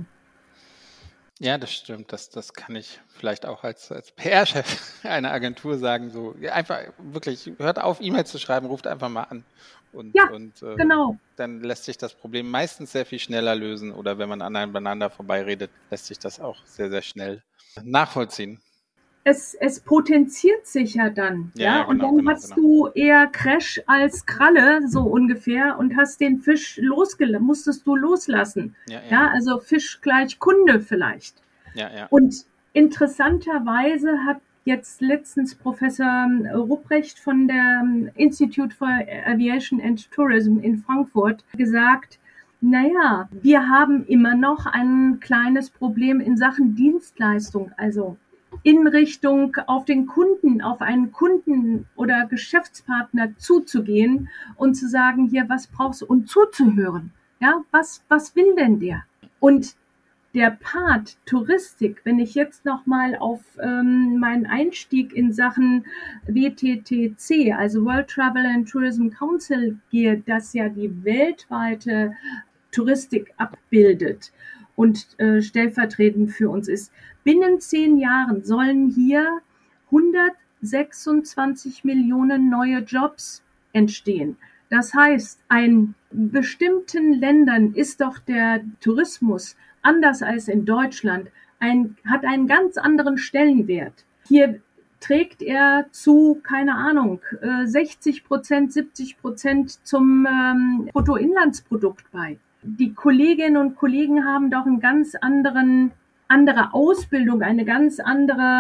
S2: Ja, das stimmt. Das, das kann ich vielleicht auch als, als P R-Chef einer Agentur sagen. So einfach wirklich, hört auf, E-Mails zu schreiben, ruft einfach mal an. Und,
S4: Ja,
S2: und äh,
S4: genau.
S2: dann lässt sich das Problem meistens sehr viel schneller lösen. Oder wenn man aneinander vorbeiredet, lässt sich das auch sehr, sehr schnell nachvollziehen.
S4: Es, es potenziert sich ja dann.
S2: Ja,
S4: Ja,
S2: ja,
S4: und
S2: genau,
S4: dann
S2: genau,
S4: hast
S2: genau.
S4: du eher Crash als Kralle, so ungefähr, und hast den Fisch losgelassen, musstest du loslassen.
S2: Ja, ja,
S4: Ja, also Fisch gleich Kunde vielleicht.
S2: ja, ja.
S4: Und interessanterweise hat jetzt letztens Professor Rupprecht von der Institute for Aviation and Tourism in Frankfurt gesagt, naja, wir haben immer noch ein kleines Problem in Sachen Dienstleistung, also in Richtung auf den Kunden, auf einen Kunden oder Geschäftspartner zuzugehen und zu sagen, hier, was brauchst du, und zuzuhören. Ja, was, was will denn der? Und der Part Touristik, wenn ich jetzt nochmal auf ähm, meinen Einstieg in Sachen W T T C, also World Travel and Tourism Council gehe, das ja die weltweite Touristik abbildet und äh, stellvertretend für uns ist. Binnen zehn Jahren sollen hier hundertsechsundzwanzig Millionen neue Jobs entstehen. Das heißt, in bestimmten Ländern ist doch der Tourismus anders als in Deutschland, ein, hat einen ganz anderen Stellenwert. Hier trägt er zu, keine Ahnung, sechzig Prozent, siebzig Prozent zum ähm, Bruttoinlandsprodukt bei. Die Kolleginnen und Kollegen haben doch einen ganz anderen, andere Ausbildung, eine ganz andere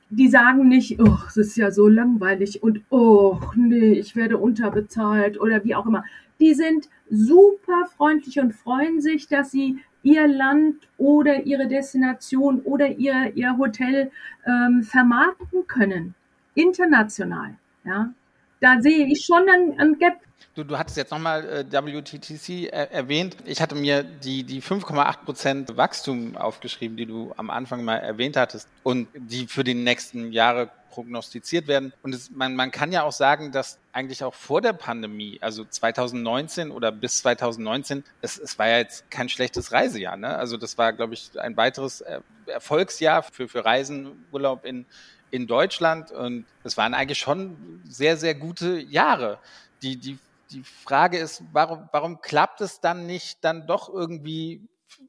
S4: die sagen nicht, oh, es ist ja so langweilig und oh, nee, ich werde unterbezahlt oder wie auch immer. Die sind super freundlich und freuen sich, dass sie ihr Land oder ihre Destination oder ihr, ihr Hotel ähm, vermarkten können. International. Ja. Da sehe ich schon ein, ein Gap.
S2: Du, du hattest jetzt nochmal äh, W T T C er, erwähnt. Ich hatte mir die, die fünf Komma acht Prozent Wachstum aufgeschrieben, die du am Anfang mal erwähnt hattest und die für die nächsten Jahre prognostiziert werden. Und es, man, man kann ja auch sagen, dass eigentlich auch vor der Pandemie, also zwanzig neunzehn oder bis zwanzig neunzehn, es, es war ja jetzt kein schlechtes Reisejahr. Ne? Also das war, glaube ich, ein weiteres Erfolgsjahr für, für Reisen, Urlaub in, in Deutschland. Und es waren eigentlich schon sehr, sehr gute Jahre. Die, die Die Frage ist, warum, warum klappt es dann nicht, dann doch irgendwie,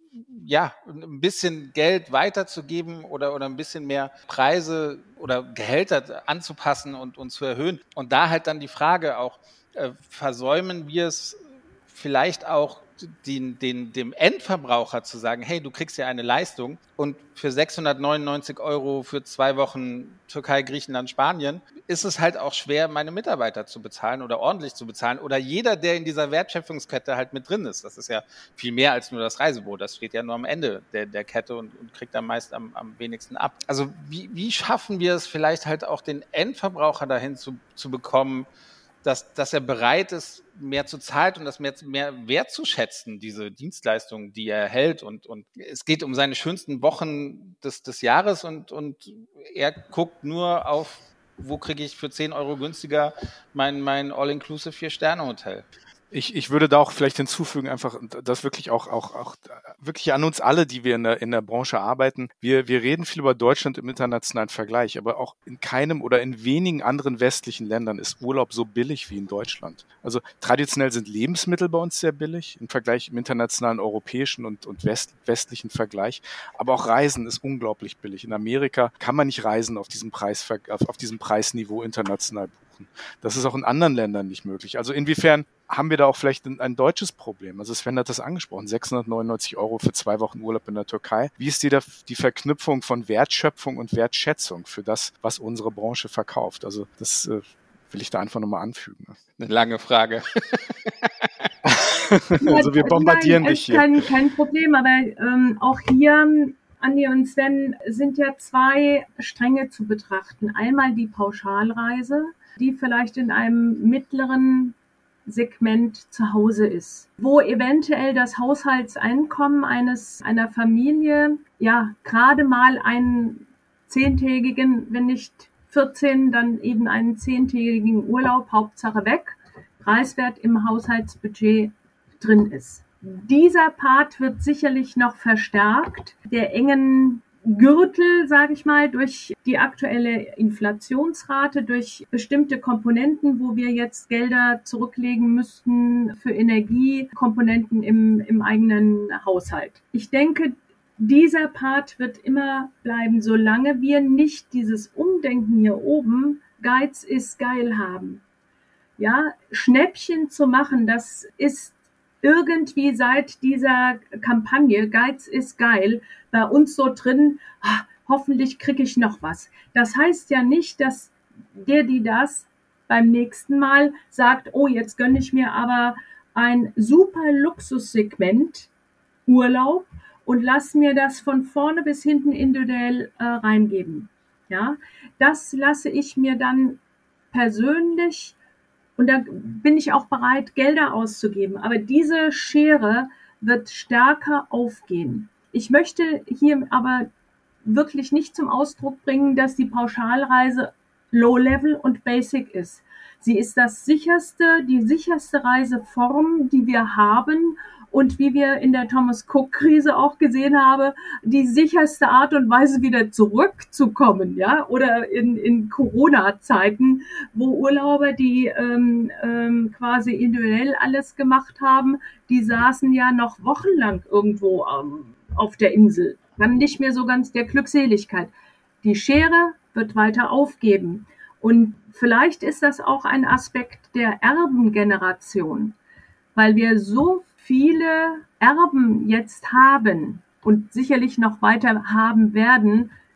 S2: ja, ein bisschen Geld weiterzugeben oder, oder ein bisschen mehr Preise oder Gehälter anzupassen und, und zu erhöhen? Und da halt dann die Frage auch, äh, versäumen wir es vielleicht auch, den, den, dem Endverbraucher zu sagen, hey, du kriegst ja eine Leistung und für sechshundertneunundneunzig Euro für zwei Wochen Türkei, Griechenland, Spanien ist es halt auch schwer, meine Mitarbeiter zu bezahlen oder ordentlich zu bezahlen oder jeder, der in dieser Wertschöpfungskette halt mit drin ist. Das ist ja viel mehr als nur das Reisebüro. Das steht ja nur am Ende der, der Kette und, und kriegt dann meist am, am wenigsten ab. Also wie, wie schaffen wir es vielleicht halt auch den Endverbraucher dahin zu, zu bekommen, dass, dass er bereit ist, mehr zu zahlen und das mehr, mehr wertzuschätzen, diese Dienstleistungen, die er erhält. Und, und es geht um seine schönsten Wochen des, des Jahres und, und er guckt nur auf, wo kriege ich für zehn Euro günstiger mein, mein All-Inclusive Vier-Sterne-Hotel.
S1: Ich, ich würde da auch vielleicht hinzufügen, einfach, das wirklich auch, auch, auch, wirklich an uns alle, die wir in der, in der Branche arbeiten. Wir, wir reden viel über Deutschland im internationalen Vergleich, aber auch in keinem oder in wenigen anderen westlichen Ländern ist Urlaub so billig wie in Deutschland. Also traditionell sind Lebensmittel bei uns sehr billig im Vergleich im internationalen europäischen und, und west, westlichen Vergleich. Aber auch Reisen ist unglaublich billig. In Amerika kann man nicht reisen auf diesem Preis, auf, auf diesem Preisniveau international buchen. Das ist auch in anderen Ländern nicht möglich. Also inwiefern haben wir da auch vielleicht ein, ein deutsches Problem? Also Sven hat das angesprochen, sechshundertneunundneunzig Euro für zwei Wochen Urlaub in der Türkei. Wie ist die, da, die Verknüpfung von Wertschöpfung und Wertschätzung für das, was unsere Branche verkauft? Also das äh, will ich da einfach nochmal anfügen.
S2: Eine lange Frage.
S1: Also wir bombardieren
S4: Nein,
S1: dich hier.
S4: Kein, kein Problem, aber ähm, auch hier, Andi und Sven, sind ja zwei Stränge zu betrachten. Einmal die Pauschalreise, die vielleicht in einem mittleren Segment zu Hause ist, wo eventuell das Haushaltseinkommen eines einer Familie ja gerade mal einen zehntägigen, wenn nicht vierzehn, dann eben einen zehntägigen Urlaub, Hauptsache weg, preiswert im Haushaltsbudget drin ist. Dieser Part wird sicherlich noch verstärkt, der engen Gürtel, sage ich mal, durch die aktuelle Inflationsrate, durch bestimmte Komponenten, wo wir jetzt Gelder zurücklegen müssten für Energiekomponenten im, im eigenen Haushalt. Ich denke, dieser Part wird immer bleiben, solange wir nicht dieses Umdenken hier oben, Geiz ist geil haben. Ja, Schnäppchen zu machen, das ist irgendwie seit dieser Kampagne Geiz ist geil bei uns so drin, ah, hoffentlich kriege ich noch was. Das heißt ja nicht, dass der, die das beim nächsten Mal sagt, oh, jetzt gönne ich mir aber ein super Luxussegment Urlaub und lass mir das von vorne bis hinten individuell äh, reingeben. Ja, das lasse ich mir dann persönlich. Und da bin ich auch bereit, Gelder auszugeben. Aber diese Schere wird stärker aufgehen. Ich möchte hier aber wirklich nicht zum Ausdruck bringen, dass die Pauschalreise Low-Level und Basic ist. Sie ist das sicherste, die sicherste Reiseform, die wir haben. Und wie wir in der Thomas-Cook-Krise auch gesehen haben, die sicherste Art und Weise wieder zurückzukommen, ja, oder in, in Corona-Zeiten, wo Urlauber, die ähm, ähm, quasi individuell alles gemacht haben, die saßen ja noch wochenlang irgendwo ähm, auf der Insel, dann nicht mehr so ganz der Glückseligkeit. Die Schere wird weiter aufgeben. Und vielleicht ist das auch ein Aspekt der Erbengeneration, weil wir so viele Erben jetzt haben und sicherlich noch weiter haben werden,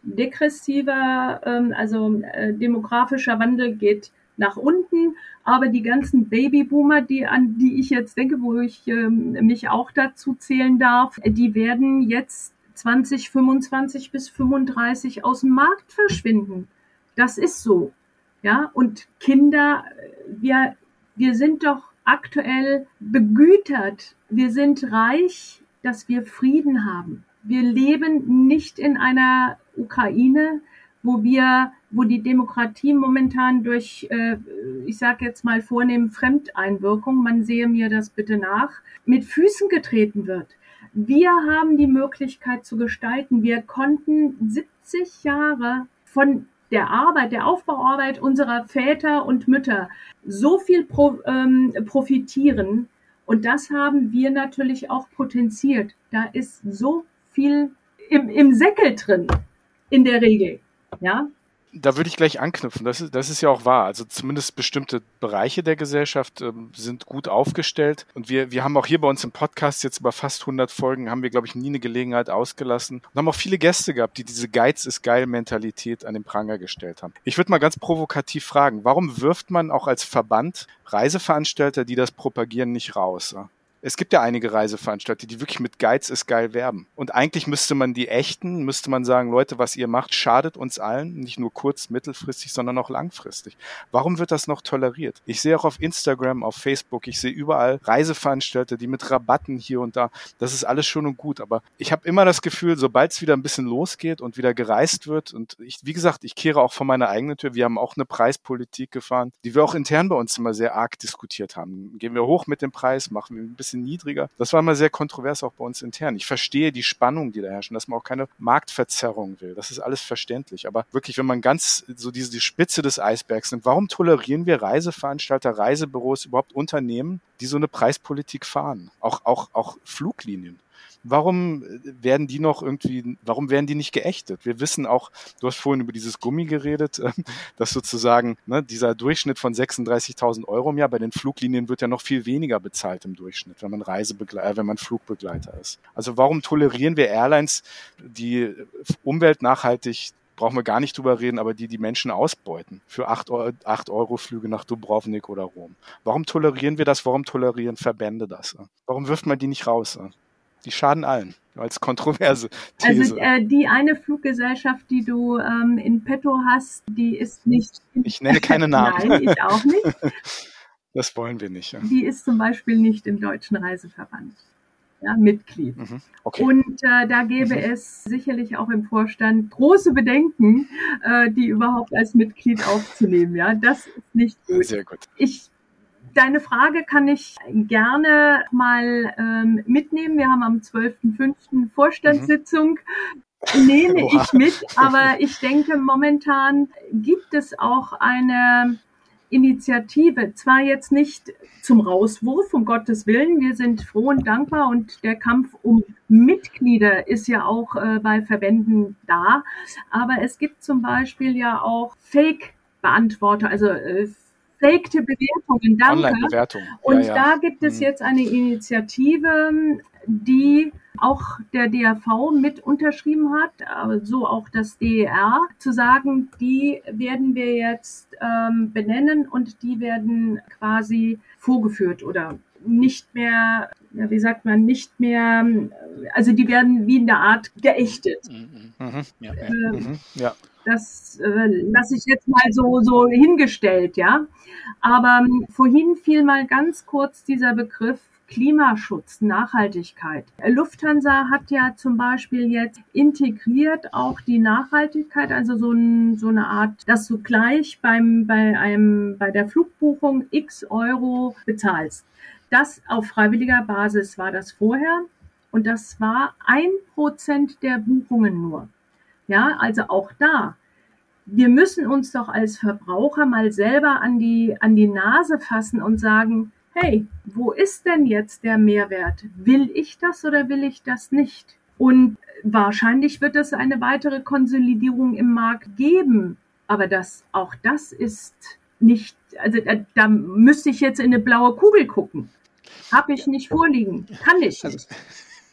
S4: degressiver, ähm, also äh, demografischer Wandel geht nach unten, aber die ganzen Babyboomer, die an die ich jetzt denke, wo ich ähm, mich auch dazu zählen darf, die werden jetzt zwanzig fünfundzwanzig bis fünfunddreißig aus dem Markt verschwinden. Das ist so. Ja, und Kinder, wir, wir sind doch aktuell begütert. Wir sind reich, dass wir Frieden haben. Wir leben nicht in einer Ukraine, wo wir, wo die Demokratie momentan durch, äh, ich sage jetzt mal vornehm Fremdeinwirkung, man sehe mir das bitte nach, mit Füßen getreten wird. Wir haben die Möglichkeit zu gestalten. Wir konnten siebzig Jahre von der Arbeit, der Aufbauarbeit unserer Väter und Mütter so viel pro, ähm, profitieren. Und das haben wir natürlich auch potenziert. Da ist so viel im, im Säckel drin, in der Regel. Ja.
S1: Da würde ich gleich anknüpfen. Das ist, das ist ja auch wahr. Also zumindest bestimmte Bereiche der Gesellschaft ähm, sind gut aufgestellt. Und wir, wir haben auch hier bei uns im Podcast jetzt über fast hundert Folgen, haben wir, glaube ich, nie eine Gelegenheit ausgelassen. Und haben auch viele Gäste gehabt, die diese Geiz ist geil Mentalität an den Pranger gestellt haben. Ich würde mal ganz provokativ fragen, warum wirft man auch als Verband Reiseveranstalter, die das propagieren, nicht raus? Ja? Es gibt ja einige Reiseveranstalter, die wirklich mit Geiz ist geil werben. Und eigentlich müsste man die echten, müsste man sagen, Leute, was ihr macht, schadet uns allen, nicht nur kurz-, mittelfristig, sondern auch langfristig. Warum wird das noch toleriert? Ich sehe auch auf Instagram, auf Facebook, ich sehe überall Reiseveranstalter, die mit Rabatten hier und da, das ist alles schön und gut, aber ich habe immer das Gefühl, sobald es wieder ein bisschen losgeht und wieder gereist wird und ich, wie gesagt, ich kehre auch vor meiner eigenen Tür, wir haben auch eine Preispolitik gefahren, die wir auch intern bei uns immer sehr arg diskutiert haben. Gehen wir hoch mit dem Preis, machen wir ein bisschen niedriger. Das war immer sehr kontrovers auch bei uns intern. Ich verstehe die Spannung, die da herrschen, dass man auch keine Marktverzerrung will. Das ist alles verständlich. Aber wirklich, wenn man ganz so diese die Spitze des Eisbergs nimmt, warum tolerieren wir Reiseveranstalter, Reisebüros, überhaupt Unternehmen, die so eine Preispolitik fahren? Auch, auch, auch Fluglinien. Warum werden die noch irgendwie, warum werden die nicht geächtet? Wir wissen auch, du hast vorhin über dieses Gummi geredet, dass sozusagen ne, dieser Durchschnitt von sechsunddreißigtausend Euro im Jahr, bei den Fluglinien wird ja noch viel weniger bezahlt im Durchschnitt, wenn man Reisebegleiter, wenn man Flugbegleiter ist. Also warum tolerieren wir Airlines, die umweltnachhaltig, brauchen wir gar nicht drüber reden, aber die die Menschen ausbeuten für acht Euro Flüge nach Dubrovnik oder Rom? Warum tolerieren wir das? Warum tolerieren Verbände das? Warum wirft man die nicht raus? Die schaden allen, als kontroverse These.
S4: Also äh, die eine Fluggesellschaft, die du ähm, in petto hast, die ist nicht...
S1: Ich nenne keine Namen.
S4: Nein, ich auch nicht.
S1: Das wollen wir nicht. Ja.
S4: Die ist zum Beispiel nicht im Deutschen Reiseverband, ja, Mitglied.
S1: Mhm. Okay.
S4: Und äh, da gäbe mhm. es sicherlich auch im Vorstand große Bedenken, äh, die überhaupt als Mitglied aufzunehmen. Ja, das ist nicht gut.
S1: Sehr gut.
S4: Ich Deine Frage kann ich gerne mal ähm, mitnehmen. Wir haben am zwölften fünften Vorstandssitzung. Mhm. Nehme ich mit, aber ich denke, momentan gibt es auch eine Initiative, zwar jetzt nicht zum Rauswurf, um Gottes Willen, wir sind froh und dankbar und der Kampf um Mitglieder ist ja auch äh, bei Verbänden da, aber es gibt zum Beispiel ja auch Fake-Beantworter, also äh, Fakte Bewertungen, danke.
S1: Online-Bewertung.
S4: Und
S1: ja, ja.
S4: da gibt es jetzt eine Initiative, die auch der D R V mit unterschrieben hat, so auch das D E R, zu sagen, die werden wir jetzt ähm, benennen und die werden quasi vorgeführt oder nicht mehr, ja, wie sagt man, nicht mehr, also die werden wie in der Art geächtet.
S1: Mhm. Ja, ja.
S4: Äh,
S1: mhm. ja.
S4: Das äh, lasse ich jetzt mal so, so hingestellt, ja. Aber ähm, vorhin fiel mal ganz kurz dieser Begriff Klimaschutz, Nachhaltigkeit. Lufthansa hat ja zum Beispiel jetzt integriert auch die Nachhaltigkeit, also so, ein, so eine Art, dass du gleich beim, bei, einem, bei der Flugbuchung x Euro bezahlst. Das auf freiwilliger Basis war das vorher und das war ein Prozent der Buchungen nur. Ja, also auch da. Wir müssen uns doch als Verbraucher mal selber an die, an die Nase fassen und sagen, hey, wo ist denn jetzt der Mehrwert? Will ich das oder will ich das nicht? Und wahrscheinlich wird es eine weitere Konsolidierung im Markt geben. Aber das, auch das ist nicht, also da, da müsste ich jetzt in eine blaue Kugel gucken. Habe ich nicht vorliegen. Kann ich nicht.
S1: Also,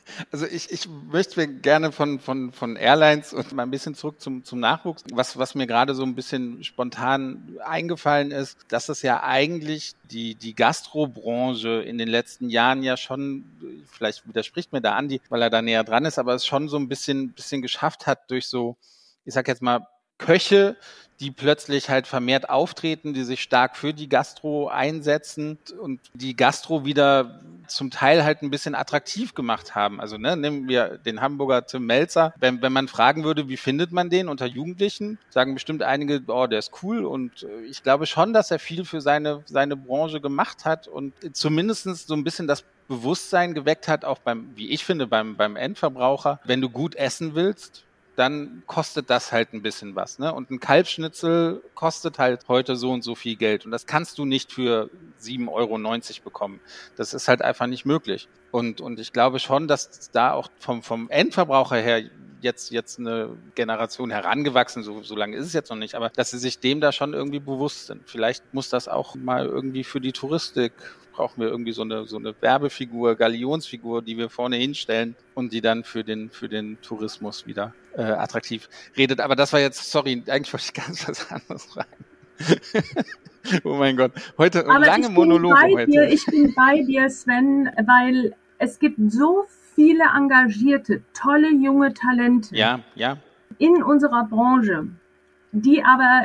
S2: Also ich, ich möchte gerne von, von, von Airlines und mal ein bisschen zurück zum, zum Nachwuchs. Was, was mir gerade so ein bisschen spontan eingefallen ist, dass es ja eigentlich die, die Gastrobranche in den letzten Jahren ja schon, vielleicht widerspricht mir da Andi, weil er da näher dran ist, aber es schon so ein bisschen, bisschen geschafft hat durch so, ich sag jetzt mal, Köche, die plötzlich halt vermehrt auftreten, die sich stark für die Gastro einsetzen und die Gastro wieder zum Teil halt ein bisschen attraktiv gemacht haben. Also ne, nehmen wir den Hamburger Tim Melzer. Wenn, wenn man fragen würde, wie findet man den unter Jugendlichen, sagen bestimmt einige, oh, der ist cool. Und ich glaube schon, dass er viel für seine, seine Branche gemacht hat und zumindest so ein bisschen das Bewusstsein geweckt hat, auch beim, wie ich finde, beim, beim Endverbraucher. Wenn du gut essen willst, dann kostet das halt ein bisschen was. Ne? Und ein Kalbsschnitzel kostet halt heute so und so viel Geld. Und das kannst du nicht für sieben Euro neunzig bekommen. Das ist halt einfach nicht möglich. Und, und ich glaube schon, dass da auch vom, vom Endverbraucher her jetzt, jetzt eine Generation herangewachsen, so, so lange ist es jetzt noch nicht, aber dass sie sich dem da schon irgendwie bewusst sind. Vielleicht muss das auch mal irgendwie für die Touristik, brauchen wir irgendwie so eine, so eine Werbefigur, Galionsfigur, die wir vorne hinstellen und die dann für den, für den Tourismus wieder äh, attraktiv redet. Aber das war jetzt, sorry, eigentlich wollte ich ganz was anderes fragen. Oh mein Gott, heute
S4: Aber
S2: lange
S4: ich
S2: Monologe
S4: bin bei
S2: heute.
S4: dir, ich bin bei dir, Sven, weil es gibt so viele engagierte, tolle junge Talente
S2: Ja, ja,
S4: in unserer Branche, die aber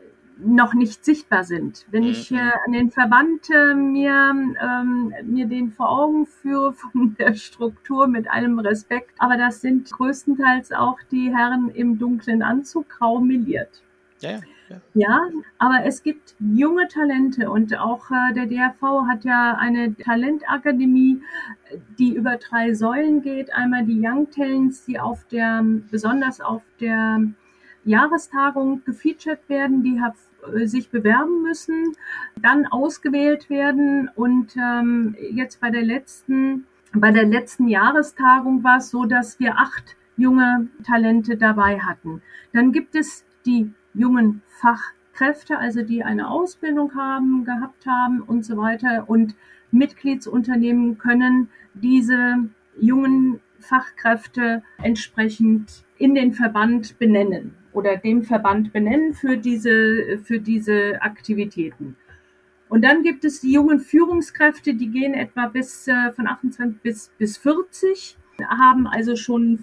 S4: noch nicht sichtbar sind. Wenn
S2: Mhm.
S4: ich äh, an den Verband äh, mir, ähm, mir den vor Augen führe von der Struktur mit allem Respekt, aber das sind größtenteils auch die Herren im dunklen Anzug, grau meliert.
S2: ja, ja. ja.
S4: Ja, aber es gibt junge Talente und auch äh, der D R V hat ja eine Talentakademie, die über drei Säulen geht. Einmal die Young Talents, die auf der, besonders auf der Jahrestagung gefeatured werden, die hab, äh, sich bewerben müssen, dann ausgewählt werden und ähm, jetzt bei der letzten, bei der letzten Jahrestagung war es so, dass wir acht junge Talente dabei hatten. Dann gibt es die jungen Fachkräfte, also die eine Ausbildung haben, gehabt haben und so weiter. Und Mitgliedsunternehmen können diese jungen Fachkräfte entsprechend in den Verband benennen oder dem Verband benennen für diese, für diese Aktivitäten. Und dann gibt es die jungen Führungskräfte, die gehen etwa bis äh, von achtundzwanzig bis, bis vierzig, haben also schon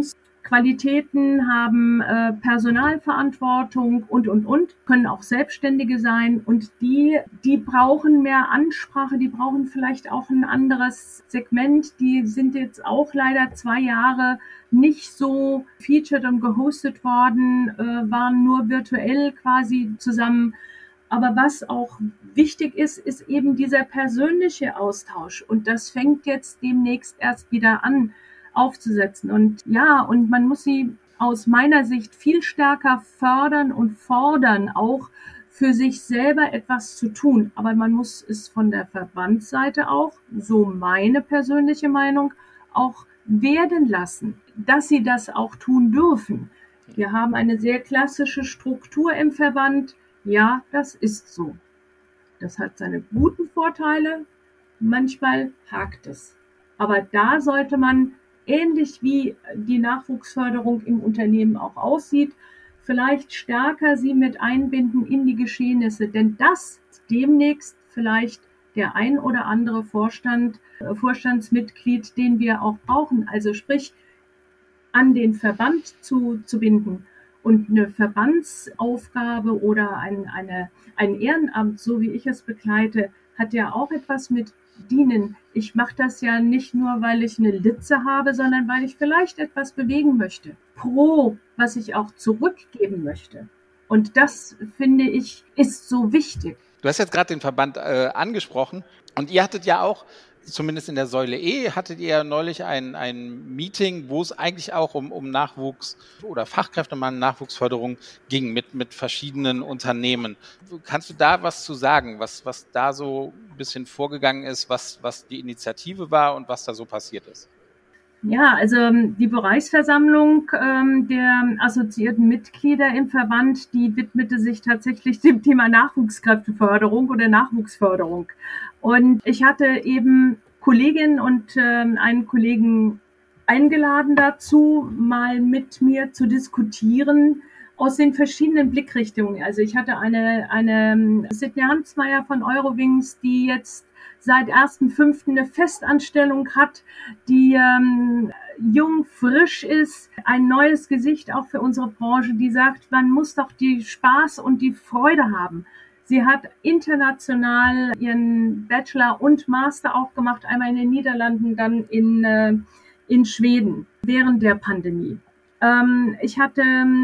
S4: Führungsqualitäten, haben äh, Personalverantwortung und, und, und, können auch Selbstständige sein. Und die, die brauchen mehr Ansprache, die brauchen vielleicht auch ein anderes Segment. Die sind jetzt auch leider zwei Jahre nicht so featured und gehostet worden, äh, waren nur virtuell quasi zusammen. Aber was auch wichtig ist, ist eben dieser persönliche Austausch. Und das fängt jetzt demnächst erst wieder an aufzusetzen. Und ja, und man muss sie aus meiner Sicht viel stärker fördern und fordern, auch für sich selber etwas zu tun. Aber man muss es von der Verbandsseite auch, so meine persönliche Meinung, auch werden lassen, dass sie das auch tun dürfen. Wir haben eine sehr klassische Struktur im Verband. Ja, das ist so. Das hat seine guten Vorteile, manchmal hakt es. Aber da sollte man, ähnlich wie die Nachwuchsförderung im Unternehmen auch aussieht, vielleicht stärker sie mit einbinden in die Geschehnisse. Denn das demnächst vielleicht der ein oder andere Vorstand, äh, Vorstandsmitglied, den wir auch brauchen. Also sprich, an den Verband zu, zu binden. Und eine Verbandsaufgabe oder ein, eine, ein Ehrenamt, so wie ich es begleite, hat ja auch etwas mit Dienen. Ich mache das ja nicht nur, weil ich eine Litze habe, sondern weil ich vielleicht etwas bewegen möchte. Pro, was ich auch zurückgeben möchte. Und das, finde ich, ist so wichtig.
S2: Du hast jetzt gerade den Verband äh, angesprochen und ihr hattet ja auch, zumindest in der Säule E, hattet ihr ja neulich ein, ein Meeting, wo es eigentlich auch um, um Nachwuchs oder Fachkräftemangel, Nachwuchsförderung ging mit, mit verschiedenen Unternehmen. Kannst du da was zu sagen, was, was da so ein bisschen vorgegangen ist, was, was die Initiative war und was da so passiert ist?
S4: Ja, also die Bereichsversammlung ähm, der assoziierten Mitglieder im Verband, die widmete sich tatsächlich dem Thema Nachwuchskräfteförderung oder Nachwuchsförderung. Und ich hatte eben Kolleginnen und äh, einen Kollegen eingeladen dazu, mal mit mir zu diskutieren aus den verschiedenen Blickrichtungen. Also ich hatte eine, eine Sydney Hansmeier von Eurowings, die jetzt seit ersten fünften eine Festanstellung hat, die ähm, jung, frisch ist, ein neues Gesicht auch für unsere Branche, die sagt, man muss doch die Spaß und die Freude haben. Sie hat international ihren Bachelor und Master auch gemacht, einmal in den Niederlanden, dann in, äh, in Schweden während der Pandemie. Ähm, ich hatte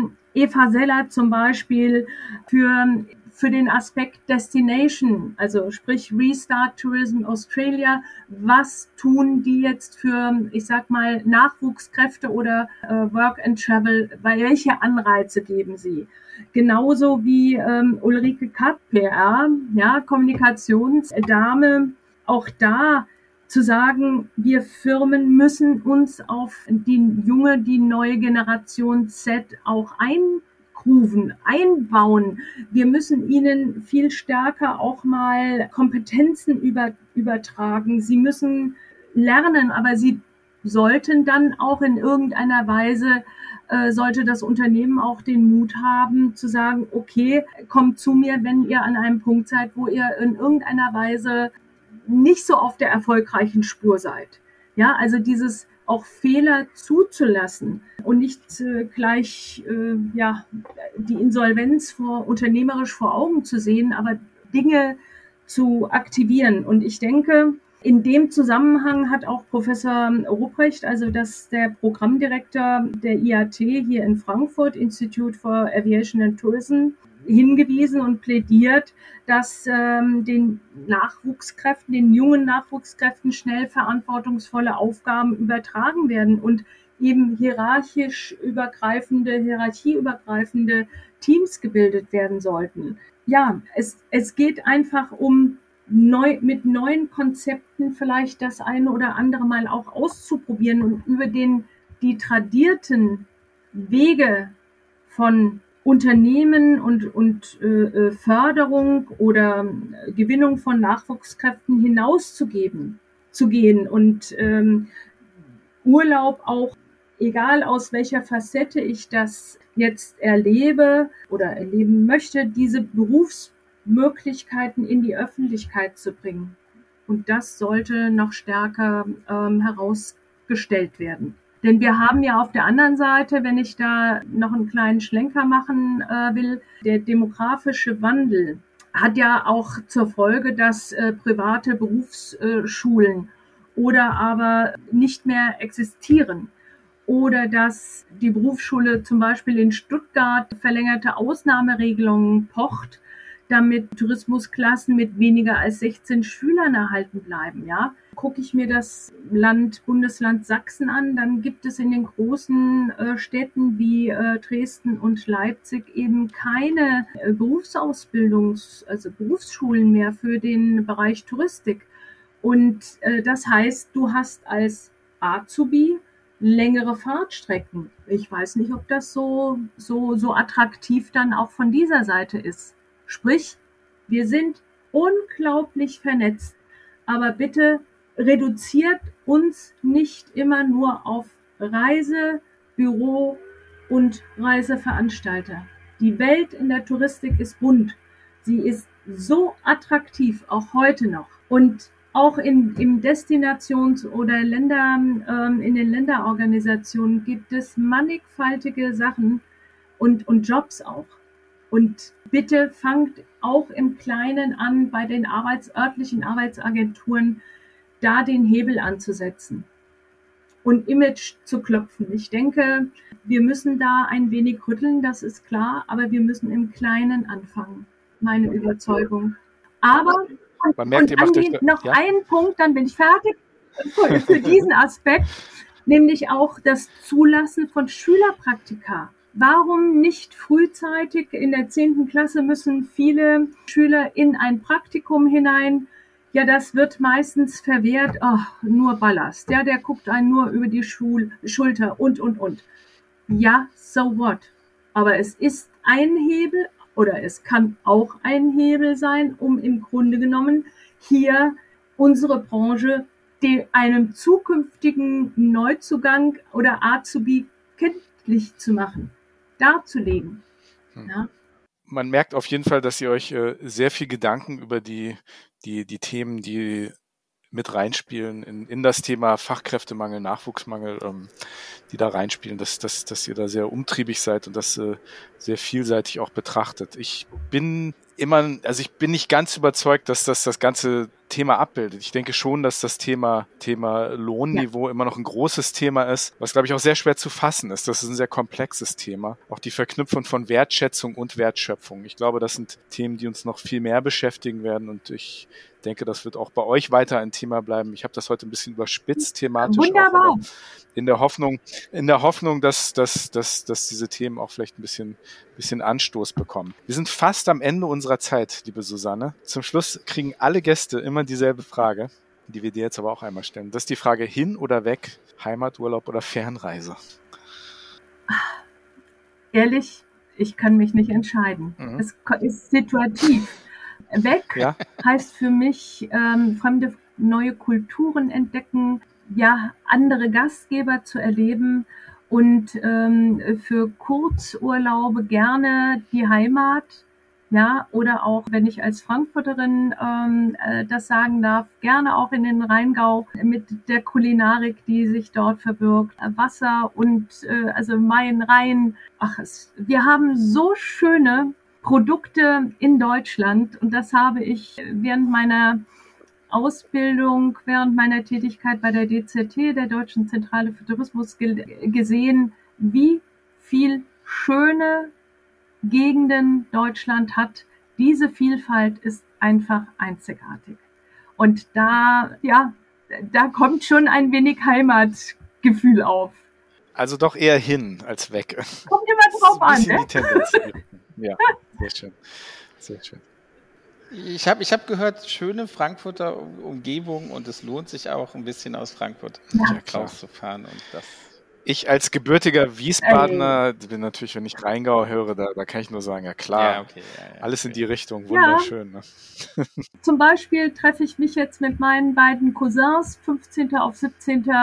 S4: Eva Seller zum Beispiel für, für den Aspekt Destination, also sprich Restart Tourism Australia. Was tun die jetzt für, ich sag mal, Nachwuchskräfte oder äh, Work and Travel? Welche Anreize geben sie? Genauso wie ähm, Ulrike Kapp, P R, ja, Kommunikationsdame, auch da zu sagen, wir Firmen müssen uns auf die junge, die neue Generation Z auch eingrooven, einbauen. Wir müssen ihnen viel stärker auch mal Kompetenzen über, übertragen. Sie müssen lernen, aber sie sollten dann auch in irgendeiner Weise, äh, sollte das Unternehmen auch den Mut haben, zu sagen, okay, kommt zu mir, wenn ihr an einem Punkt seid, wo ihr in irgendeiner Weise nicht so auf der erfolgreichen Spur seid. Ja, also dieses auch Fehler zuzulassen und nicht äh, gleich äh, ja, die Insolvenz vor, unternehmerisch vor Augen zu sehen, aber Dinge zu aktivieren. Und ich denke, in dem Zusammenhang hat auch Professor Rupprecht, also das der Programmdirektor der I A T hier in Frankfurt, Institute for Aviation and Tourism, hingewiesen und plädiert, dass ähm, den Nachwuchskräften, den jungen Nachwuchskräften schnell verantwortungsvolle Aufgaben übertragen werden und eben hierarchisch übergreifende, hierarchieübergreifende Teams gebildet werden sollten. Ja, es, es geht einfach um neu, mit neuen Konzepten vielleicht das eine oder andere mal auch auszuprobieren und über den, die tradierten Wege von Unternehmen und, und äh, Förderung oder Gewinnung von Nachwuchskräften hinauszugeben, zu gehen und ähm, Urlaub auch, egal aus welcher Facette ich das jetzt erlebe oder erleben möchte, diese Berufsmöglichkeiten in die Öffentlichkeit zu bringen. Und das sollte noch stärker ähm, herausgestellt werden. Denn wir haben ja auf der anderen Seite, wenn ich da noch einen kleinen Schlenker machen äh, will, der demografische Wandel hat ja auch zur Folge, dass äh, private Berufsschulen oder aber nicht mehr existieren. Oder dass die Berufsschule zum Beispiel in Stuttgart verlängerte Ausnahmeregelungen pocht, damit Tourismusklassen mit weniger als sechzehn Schülern erhalten bleiben. Ja, gucke ich mir das Land, Bundesland Sachsen an, dann gibt es in den großen äh, Städten wie äh, Dresden und Leipzig eben keine äh, Berufsausbildungs-, also Berufsschulen mehr für den Bereich Touristik. Und äh, das heißt, du hast als Azubi längere Fahrtstrecken. Ich weiß nicht, ob das so, so, so attraktiv dann auch von dieser Seite ist. Sprich, wir sind unglaublich vernetzt, aber bitte reduziert uns nicht immer nur auf Reise, Büro und Reiseveranstalter. Die Welt in der Touristik ist bunt. Sie ist so attraktiv, auch heute noch. Und auch in, im Destinations- oder Länder, ähm, in den Länderorganisationen gibt es mannigfaltige Sachen und, und Jobs auch. Und bitte fangt auch im Kleinen an, bei den Arbeits-, örtlichen Arbeitsagenturen da den Hebel anzusetzen und Image zu klopfen. Ich denke, wir müssen da ein wenig rütteln, das ist klar, aber wir müssen im Kleinen anfangen, meine Überzeugung. Aber
S1: Man merkt, ihr
S4: und
S1: macht
S4: Andi,
S1: euch da,
S4: noch
S1: ja?
S4: einen Punkt, dann bin ich fertig für, für diesen Aspekt, nämlich auch das Zulassen von Schülerpraktika. Warum nicht frühzeitig in der zehnten Klasse müssen viele Schüler in ein Praktikum hinein? Ja, das wird meistens verwehrt. Ach, nur Ballast. Ja, der guckt einen nur über die Schul- Schulter und, und, und. Ja, so what? Aber es ist ein Hebel oder es kann auch ein Hebel sein, um im Grunde genommen hier unsere Branche de, einem zukünftigen Neuzugang oder Azubi kenntlich zu machen, darzulegen.
S1: Hm.
S4: Ja.
S1: Man merkt auf jeden Fall, dass ihr euch äh, sehr viel Gedanken über die, die, die Themen, die mit reinspielen in, in das Thema Fachkräftemangel, Nachwuchsmangel, ähm, die da reinspielen, dass, dass, dass ihr da sehr umtriebig seid und das äh, sehr vielseitig auch betrachtet. Ich bin immer, also ich bin nicht ganz überzeugt, dass das das ganze Thema abbildet. Ich denke schon, dass das Thema, Thema Lohnniveau ja. immer noch ein großes Thema ist, was, glaube ich, auch sehr schwer zu fassen ist. Das ist ein sehr komplexes Thema. Auch die Verknüpfung von Wertschätzung und Wertschöpfung. Ich glaube, das sind Themen, die uns noch viel mehr beschäftigen werden und ich denke, das wird auch bei euch weiter ein Thema bleiben. Ich habe das heute ein bisschen überspitzt thematisch.
S4: Wunderbar.
S1: Auch, in der Hoffnung, in der Hoffnung, dass, dass, dass, dass diese Themen auch vielleicht ein bisschen, bisschen Anstoß bekommen. Wir sind fast am Ende unserer Zeit, liebe Susanne. Zum Schluss kriegen alle Gäste immer dieselbe Frage, die wir dir jetzt aber auch einmal stellen. Das ist die Frage: hin oder weg, Heimaturlaub oder Fernreise?
S4: Ehrlich, ich kann mich nicht entscheiden. Mhm. Es ist situativ. Weg ja. heißt für mich ähm, fremde, neue Kulturen entdecken, ja, andere Gastgeber zu erleben und ähm, für Kurzurlaube gerne die Heimat, ja, oder auch, wenn ich als Frankfurterin ähm, äh, das sagen darf, gerne auch in den Rheingau mit der Kulinarik, die sich dort verbirgt, Wasser und äh, also Main, Rhein. Ach, es, wir haben so schöne Produkte in Deutschland und das habe ich während meiner Ausbildung, während meiner Tätigkeit bei der D Z T, der Deutschen Zentrale für Tourismus, gesehen, wie viel schöne Gegenden Deutschland hat. Diese Vielfalt ist einfach einzigartig. Und da, ja, da kommt schon ein wenig Heimatgefühl auf.
S1: Also doch eher hin als weg.
S4: Kommt immer drauf an, ne?
S1: Die Tendenz. Ja, sehr schön. Sehr schön.
S2: Ich habe ich hab gehört, schöne Frankfurter Umgebung und es lohnt sich auch ein bisschen aus Frankfurt
S4: ja,
S2: rauszufahren. Und das
S1: ich als gebürtiger Wiesbadener, bin natürlich, wenn ich Rheingau höre, da, da kann ich nur sagen, ja klar,
S2: ja, okay, ja, ja,
S1: alles
S2: okay.
S1: in die Richtung, wunderschön.
S4: Ja.
S1: Ne?
S4: Zum Beispiel treffe ich mich jetzt mit meinen beiden Cousins fünfzehnten auf siebzehnten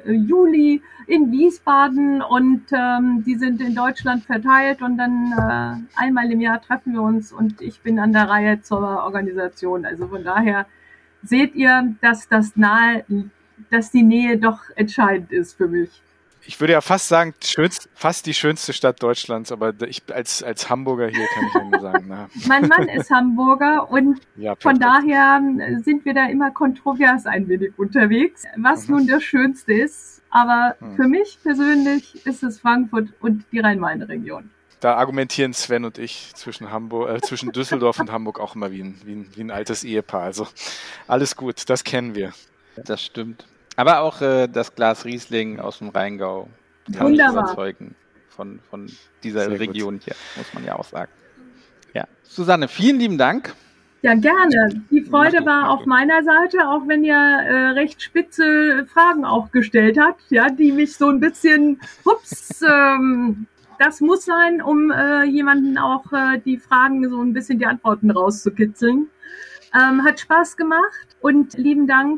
S4: Juli in Wiesbaden und ähm, die sind in Deutschland verteilt und dann äh, einmal im Jahr treffen wir uns und ich bin an der Reihe zur Organisation. Also von daher seht ihr, dass das nahe, dass die Nähe doch entscheidend ist für mich.
S1: Ich würde ja fast sagen, schönst, fast die schönste Stadt Deutschlands, aber ich als, als Hamburger hier kann ich nur sagen, na.
S4: Mein Mann ist Hamburger und
S1: ja,
S4: von daher sind wir da immer kontrovers ein wenig unterwegs, was mhm. nun das Schönste ist. Aber mhm. für mich persönlich ist es Frankfurt und die Rhein-Main-Region.
S1: Da argumentieren Sven und ich zwischen Hamburg, äh, zwischen Düsseldorf und Hamburg auch immer wie ein, wie ein, wie ein altes Ehepaar. Also alles gut, das kennen wir.
S2: Das stimmt. Aber auch äh, das Glas Riesling aus dem Rheingau kann mich überzeugen von, von dieser Sehr Region gut. Hier, muss man ja auch sagen. Ja. Susanne, vielen lieben Dank.
S4: Ja, gerne. Die Freude war auf meiner Seite, auch wenn ihr äh, recht spitze Fragen auch gestellt habt, ja, die mich so ein bisschen, ups, ähm, das muss sein, um äh, jemanden auch äh, die Fragen so ein bisschen die Antworten rauszukitzeln. Ähm, hat Spaß gemacht und lieben Dank.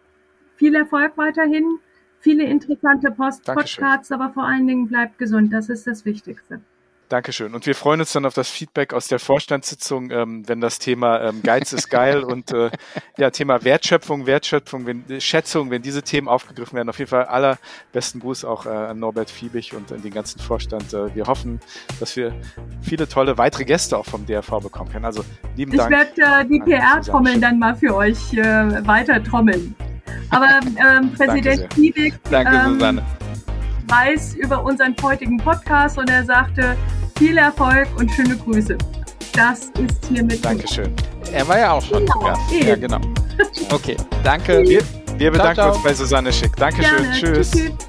S4: Viel Erfolg weiterhin, viele interessante Post- Podcasts, aber vor allen Dingen bleibt gesund, das ist das Wichtigste.
S1: Dankeschön. Und wir freuen uns dann auf das Feedback aus der Vorstandssitzung, ähm, wenn das Thema ähm, Geiz ist geil und äh, ja, Thema Wertschöpfung, Wertschöpfung, wenn, Schätzung, wenn diese Themen aufgegriffen werden. Auf jeden Fall allerbesten Gruß auch äh, an Norbert Fiebig und an den ganzen Vorstand. Äh, wir hoffen, dass wir viele tolle weitere Gäste auch vom D R V bekommen können. Also lieben Dank.
S4: Ich werde äh, die P R-Trommeln dann mal für euch äh, weiter trommeln. Aber ähm, Präsident Fiebig ähm, weiß über unseren heutigen Podcast und er sagte, viel Erfolg und schöne Grüße. Das ist hiermit.
S2: Dankeschön. Er war ja auch schon
S4: genau,
S2: zu Gast. Ja, genau. Okay, danke.
S1: Wir, wir bedanken
S2: ciao, ciao.
S1: uns bei Susanne Schick. Dankeschön.
S4: Gerne.
S1: Tschüss.
S4: Tschüss.